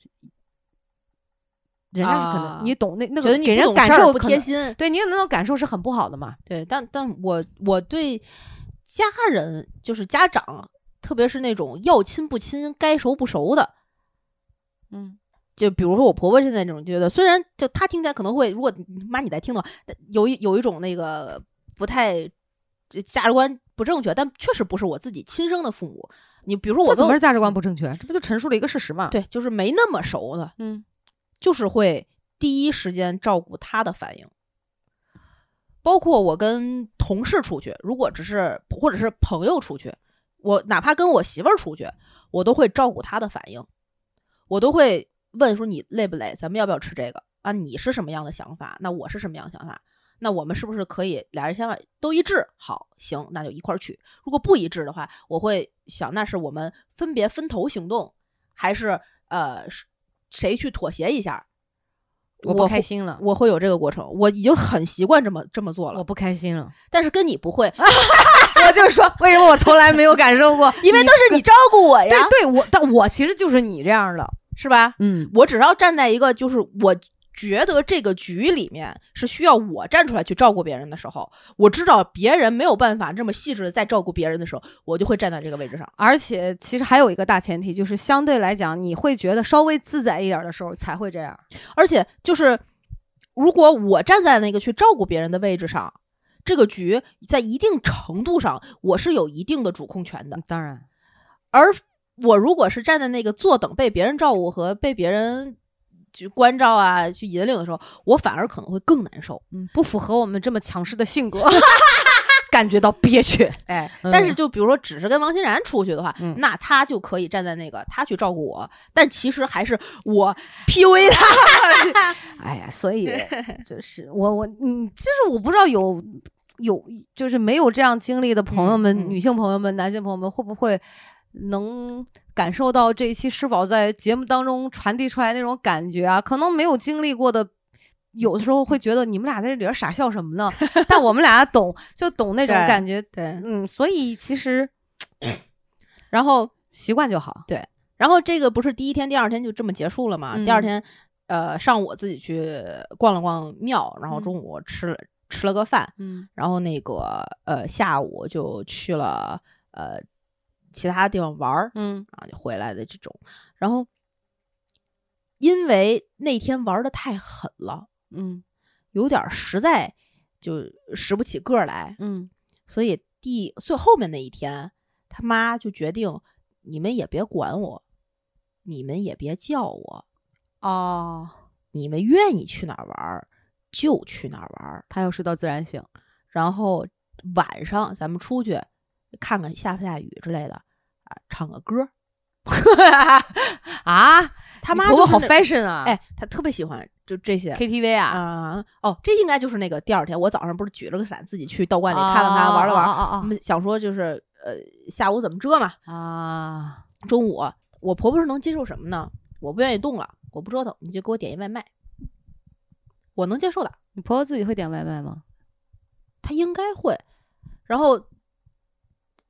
人家是可能你懂那个给人感受不贴心， 对你有那种感受是很不好的嘛。 对，但我对家人就是家长，特别是那种要亲不亲、该熟不熟的，就比如说我婆婆现在这种觉得，虽然就她听起来可能会，如果妈你在听的话，有一种那个不太价值观不正确，但确实不是我自己亲生的父母。你比如说我怎么是价值观不正确？这不就陈述了一个事实吗？ 对，就是没那么熟的，就是会第一时间照顾他的反应。包括我跟同事出去，如果只是或者是朋友出去，我哪怕跟我媳妇儿出去，我都会照顾他的反应，我都会问说你累不累，咱们要不要吃这个啊？你是什么样的想法？那我是什么样的想法？那我们是不是可以俩人想法都一致？好，行，那就一块儿去。如果不一致的话，我会想那是我们分别分头行动，还是谁去妥协一下？ 我不开心了， 我会有这个过程，我已经很习惯这么做了。 我不开心了， 但是跟你不会。 我就是说，为什么我从来没有感受过？ 因为都是你照顾我呀。 对，但我其实就是你这样的， 是吧？我只要站在一个就是我觉得这个局里面是需要我站出来去照顾别人的时候，我知道别人没有办法这么细致的在照顾别人的时候，我就会站在这个位置上。 而且其实还有一个大前提，就是相对来讲你会觉得稍微自在一点的时候才会这样。 而且就是如果我站在那个去照顾别人的位置上，这个局在一定程度上我是有一定的主控权的。 当然， 而我如果是站在那个坐等被别人照顾和被别人去关照啊，去引领的时候，我反而可能会更难受。 不符合我们这么强势的性格，感觉到憋屈。 但是就比如说只是跟王欣然出去的话，那他就可以站在那个他去照顾我，但其实还是我 PUA 他。 哎呀，所以就是其实我不知道有就是没有这样经历的朋友们，女性朋友们、男性朋友们会不会能感受到这一期施宝在节目当中传递出来那种感觉啊？可能没有经历过的，有的时候会觉得你们俩在这里边傻笑什么呢？但我们俩懂那种感觉。 对， 所以其实， 然后习惯就好。 对，然后这个不是第一天、第二天就这么结束了吗？第二天，上午自己去逛了逛庙，然后中午吃了个饭，然后那个下午就去了其他地方玩儿，然后就回来的这种。然后因为那天玩的太狠了，有点实在就拾不起个来，所以最后面那一天，他妈就决定你们也别管我，你们也别叫我，你们愿意去哪儿玩就去哪儿玩。 他要睡到自然醒， 然后晚上咱们出去看看下不下雨之类的啊，唱个歌啊。 他妈婆婆好 fashion 啊！ 他特别喜欢就这些 KTV 啊。 这应该就是那个第二天，我早上不是举了个伞自己去道观里看了看，玩了玩。想说就是下午怎么折嘛啊？中午我婆婆是能接受什么呢？我不愿意动了，我不折腾，你就给我点一外卖，我能接受的。 你婆婆自己会点外卖吗？ 她应该会。然后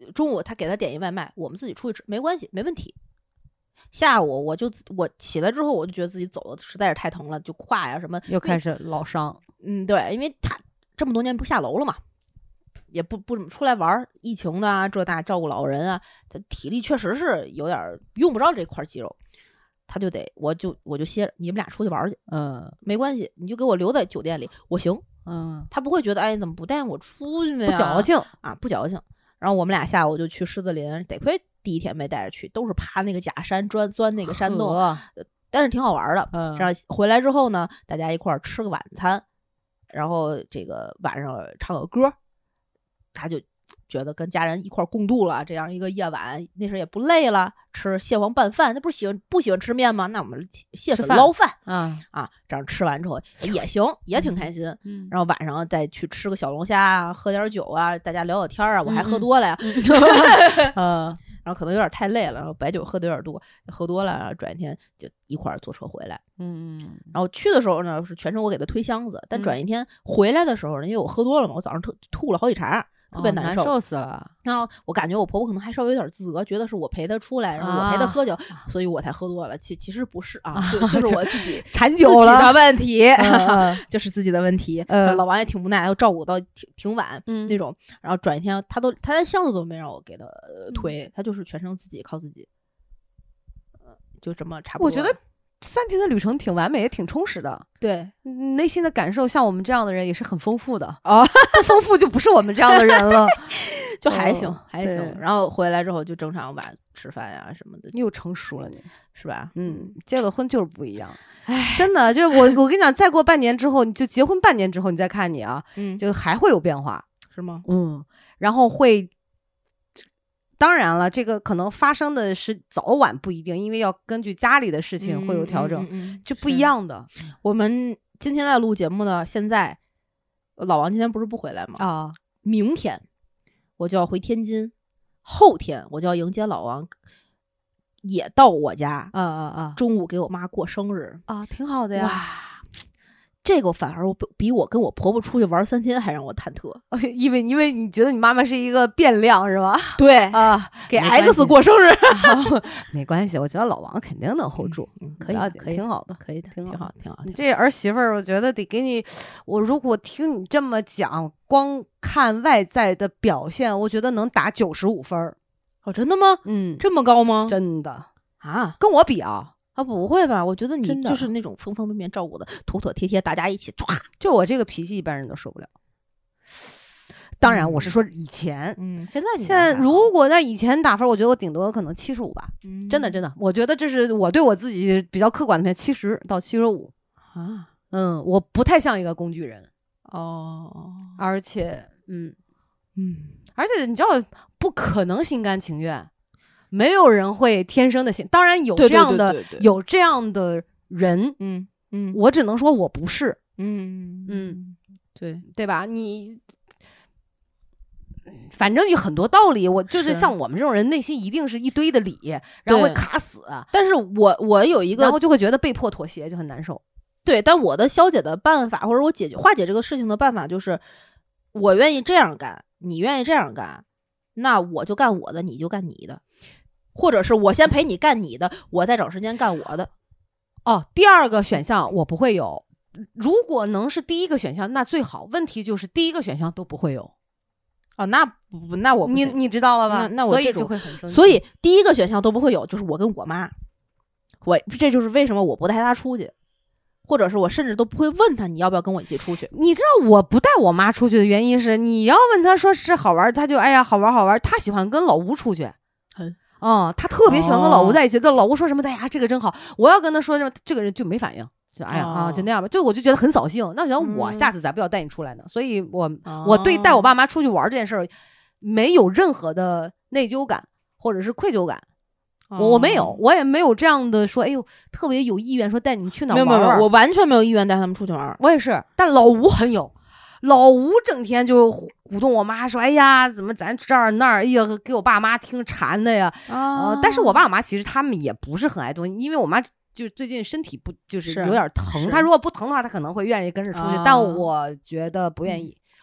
中午他给他点一外卖，我们自己出去吃没关系，没问题。下午我起来之后，我就觉得自己走的实在是太疼了，就胯呀什么又开始老伤。 对，因为他这么多年不下楼了嘛，也不怎么出来玩，疫情的啊，这大照顾老人啊，他体力确实是有点用不着这块肌肉，他就得我就歇着，你们俩出去玩去，没关系，你就给我留在酒店里，我行，他不会觉得哎，你怎么不带我出去呢？ 不矫情啊，不矫情。然后我们俩下午就去狮子林，得亏第一天没带着去，都是爬那个假山，钻那个山洞，但是挺好玩的。然后回来之后呢，大家一块儿吃个晚餐，然后这个晚上唱个歌，他就觉得跟家人一块儿共度了这样一个夜晚，那时候也不累了，吃蟹黄拌饭，那不喜欢吃面吗？那我们蟹粉捞饭这样吃完之后也行，也挺开心。然后晚上再去吃个小龙虾啊，喝点酒啊，大家聊聊天啊，我还喝多了呀。然后可能有点太累了，然后白酒喝的有点多，喝多了，然后转一天就一块儿坐车回来。然后去的时候呢，是全程我给他推箱子，但转一天回来的时候呢，因为我喝多了嘛，我早上吐了好几茬。特别难受死了。 然后我感觉我婆婆可能还稍微有点自责，觉得是我陪她出来，然后我陪她喝酒，所以我才喝多了。其实不是啊，就是我自己馋酒了的问题，就是自己的问题。老王也挺无奈，要照顾到挺晚那种。然后转一天，他连箱子都没让我给他推，他就是全程自己靠自己。就这么差不多。 我觉得3天的旅程挺完美，也挺充实的。 对， 内心的感受像我们这样的人也是很丰富的不丰富就不是我们这样的人了。 就还行还行。然后回来之后就正常晚吃饭呀什么的。 你又成熟了，你是吧？ 结了婚就是不一样。真的，就我跟你讲，再过半年之后，你就结婚半年之后，你再看你啊，就还会有变化， 是吗？ 然后会。当然了，这个可能发生的是早晚不一定，因为要根据家里的事情会有调整，就不一样的。 我们今天在录节目呢，现在老王今天不是不回来吗？明天我就要回天津，后天我就要迎接老王，也到我家，中午给我妈过生日挺好的呀。 哇，这个反而比我跟我婆婆出去玩3天还让我忐忑， 因为你觉得你妈妈是一个变量是吧？ 对给 X 过生日没关系，我觉得老王肯定能 hold 住， 可以， 挺好的， 可以的，挺好。 你这儿媳妇儿，我觉得得给你，我如果听你这么讲，光看外在的表现，我觉得能打95分。 真的吗？这么高吗？ 真的啊， 跟我比啊。 不会吧？我觉得你就是那种方方面面照顾的妥妥帖帖，大家一起唰。 就我这个脾气，一般人都受不了。当然，我是说以前， 现在如果在以前打分，我觉得我顶多可能75吧。真的，我觉得这是我对我自己比较客观的评价，70到75 啊。 我不太像一个工具人而且你知道，不可能心甘情愿。没有人会天生的心，当然有这样的有这样的人，我只能说我不是，对吧？你反正有很多道理，我就是像我们这种人，内心一定是一堆的理，然后会卡死。 但是我有一个， 然后就会觉得被迫妥协，就很难受。 对，但我的消解的办法，或者我化解这个事情的办法，就是我愿意这样干，你愿意这样干，那我就干我的，你就干你的。或者是我先陪你干你的，我再找时间干我的。 第二个选项我不会有。如果能是第一个选项，那最好。问题就是第一个选项都不会有。 那我不你知道了吧？ 那我所以就会很生气。 所以第一个选项都不会有，就是我跟我妈。这就是为什么我不带她出去，或者是我甚至都不会问她你要不要跟我一起出去。 你知道我不带我妈出去的原因是，你要问她说是好玩，她就哎呀好玩。她喜欢跟老吴出去。他特别喜欢跟老吴在一起。老吴说什么，哎呀，这个真好。我要跟他说什么，这个人就没反应，就哎呀就那样吧。我就觉得很扫兴。那我想我下次才不要带你出来呢。所以我对带我爸妈出去玩这件事儿没有任何的内疚感或者是愧疚感。我没有，我也没有这样的说，哎呦，特别有意愿说带你们去哪玩。 没有，我完全没有意愿带他们出去玩。 我也是，但老吴很有。老吴整天就鼓动我妈说：“哎呀，怎么咱这儿那儿，哎呀，给我爸妈听馋的呀。”但是我爸我妈其实他们也不是很爱动，因为我妈就最近身体不就是有点疼。她如果不疼的话，她可能会愿意跟着出去。但我觉得不愿意。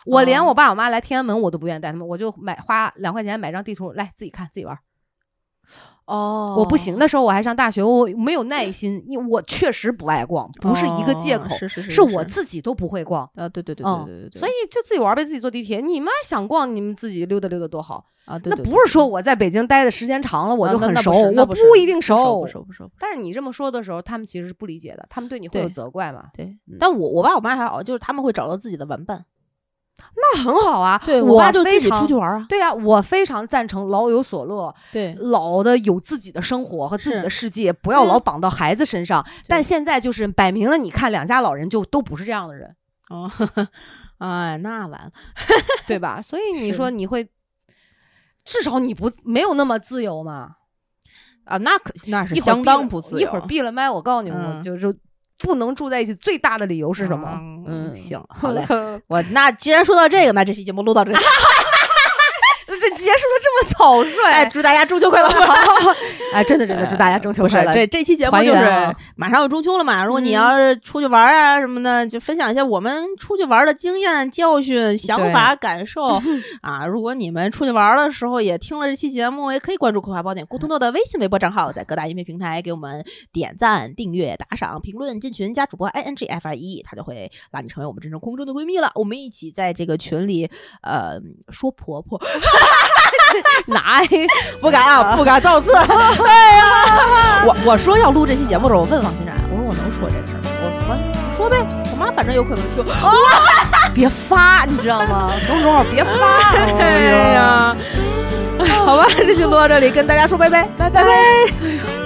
我连我爸我妈来天安门我都不愿意带他们，我就花2块钱买张地图，来自己看自己玩。我不行的时候，我还上大学，我没有耐心，因为我确实不爱逛，不是一个借口，是我自己都不会逛对， 所以就自己玩呗，自己坐地铁。你们想逛，你们自己溜达溜达多好啊！对， 那不是说我在北京待的时间长了我就很熟，我不一定熟， 不熟。 但是你这么说的时候，他们其实是不理解的，他们对你会有责怪嘛？ 对，但我爸我妈还好，就是他们会找到自己的玩伴。 那很好啊， 对我爸就自己出去玩啊。 对啊，我非常赞成老有所乐， 对， 老的有自己的生活和自己的世界，不要老绑到孩子身上。但现在就是摆明了，你看2家老人就都不是这样的人。 哎，那完了， 对吧？所以你说你会，至少你没有那么自由嘛？ 啊，那是相当不自由。 一会儿闭了麦，我告诉你们，我就是不能住在一起最大的理由是什么？ 行，好嘞。那既然说到这个，那这期节目录到这里。 这结束的这么草率， 哎，祝大家中秋快乐！ 哎，真的祝大家中秋快乐！ 这期节目就是马上要中秋了嘛，如果你要是出去玩啊什么的，就分享一下我们出去玩的经验、教训、想法、感受啊。如果你们出去玩的时候也听了这期节目，也可以关注葵花宝典咕咚咚的微信、微博账号，在各大音频平台给我们点赞、订阅、打赏、评论、进群，加主播 INGFRE， 他就会拉你成为我们真正空中的闺蜜了。我们一起在这个群里说婆婆。 哪不敢啊，不敢造次。哎呀，我说要录这期节目的时候，我问王欣然，我说我能说这个事儿吗？你说呗，我妈反正有可能听。 别发，你知道吗？公众号别发。 哎呀，好吧，这就录到这里，跟大家说拜拜， 拜拜。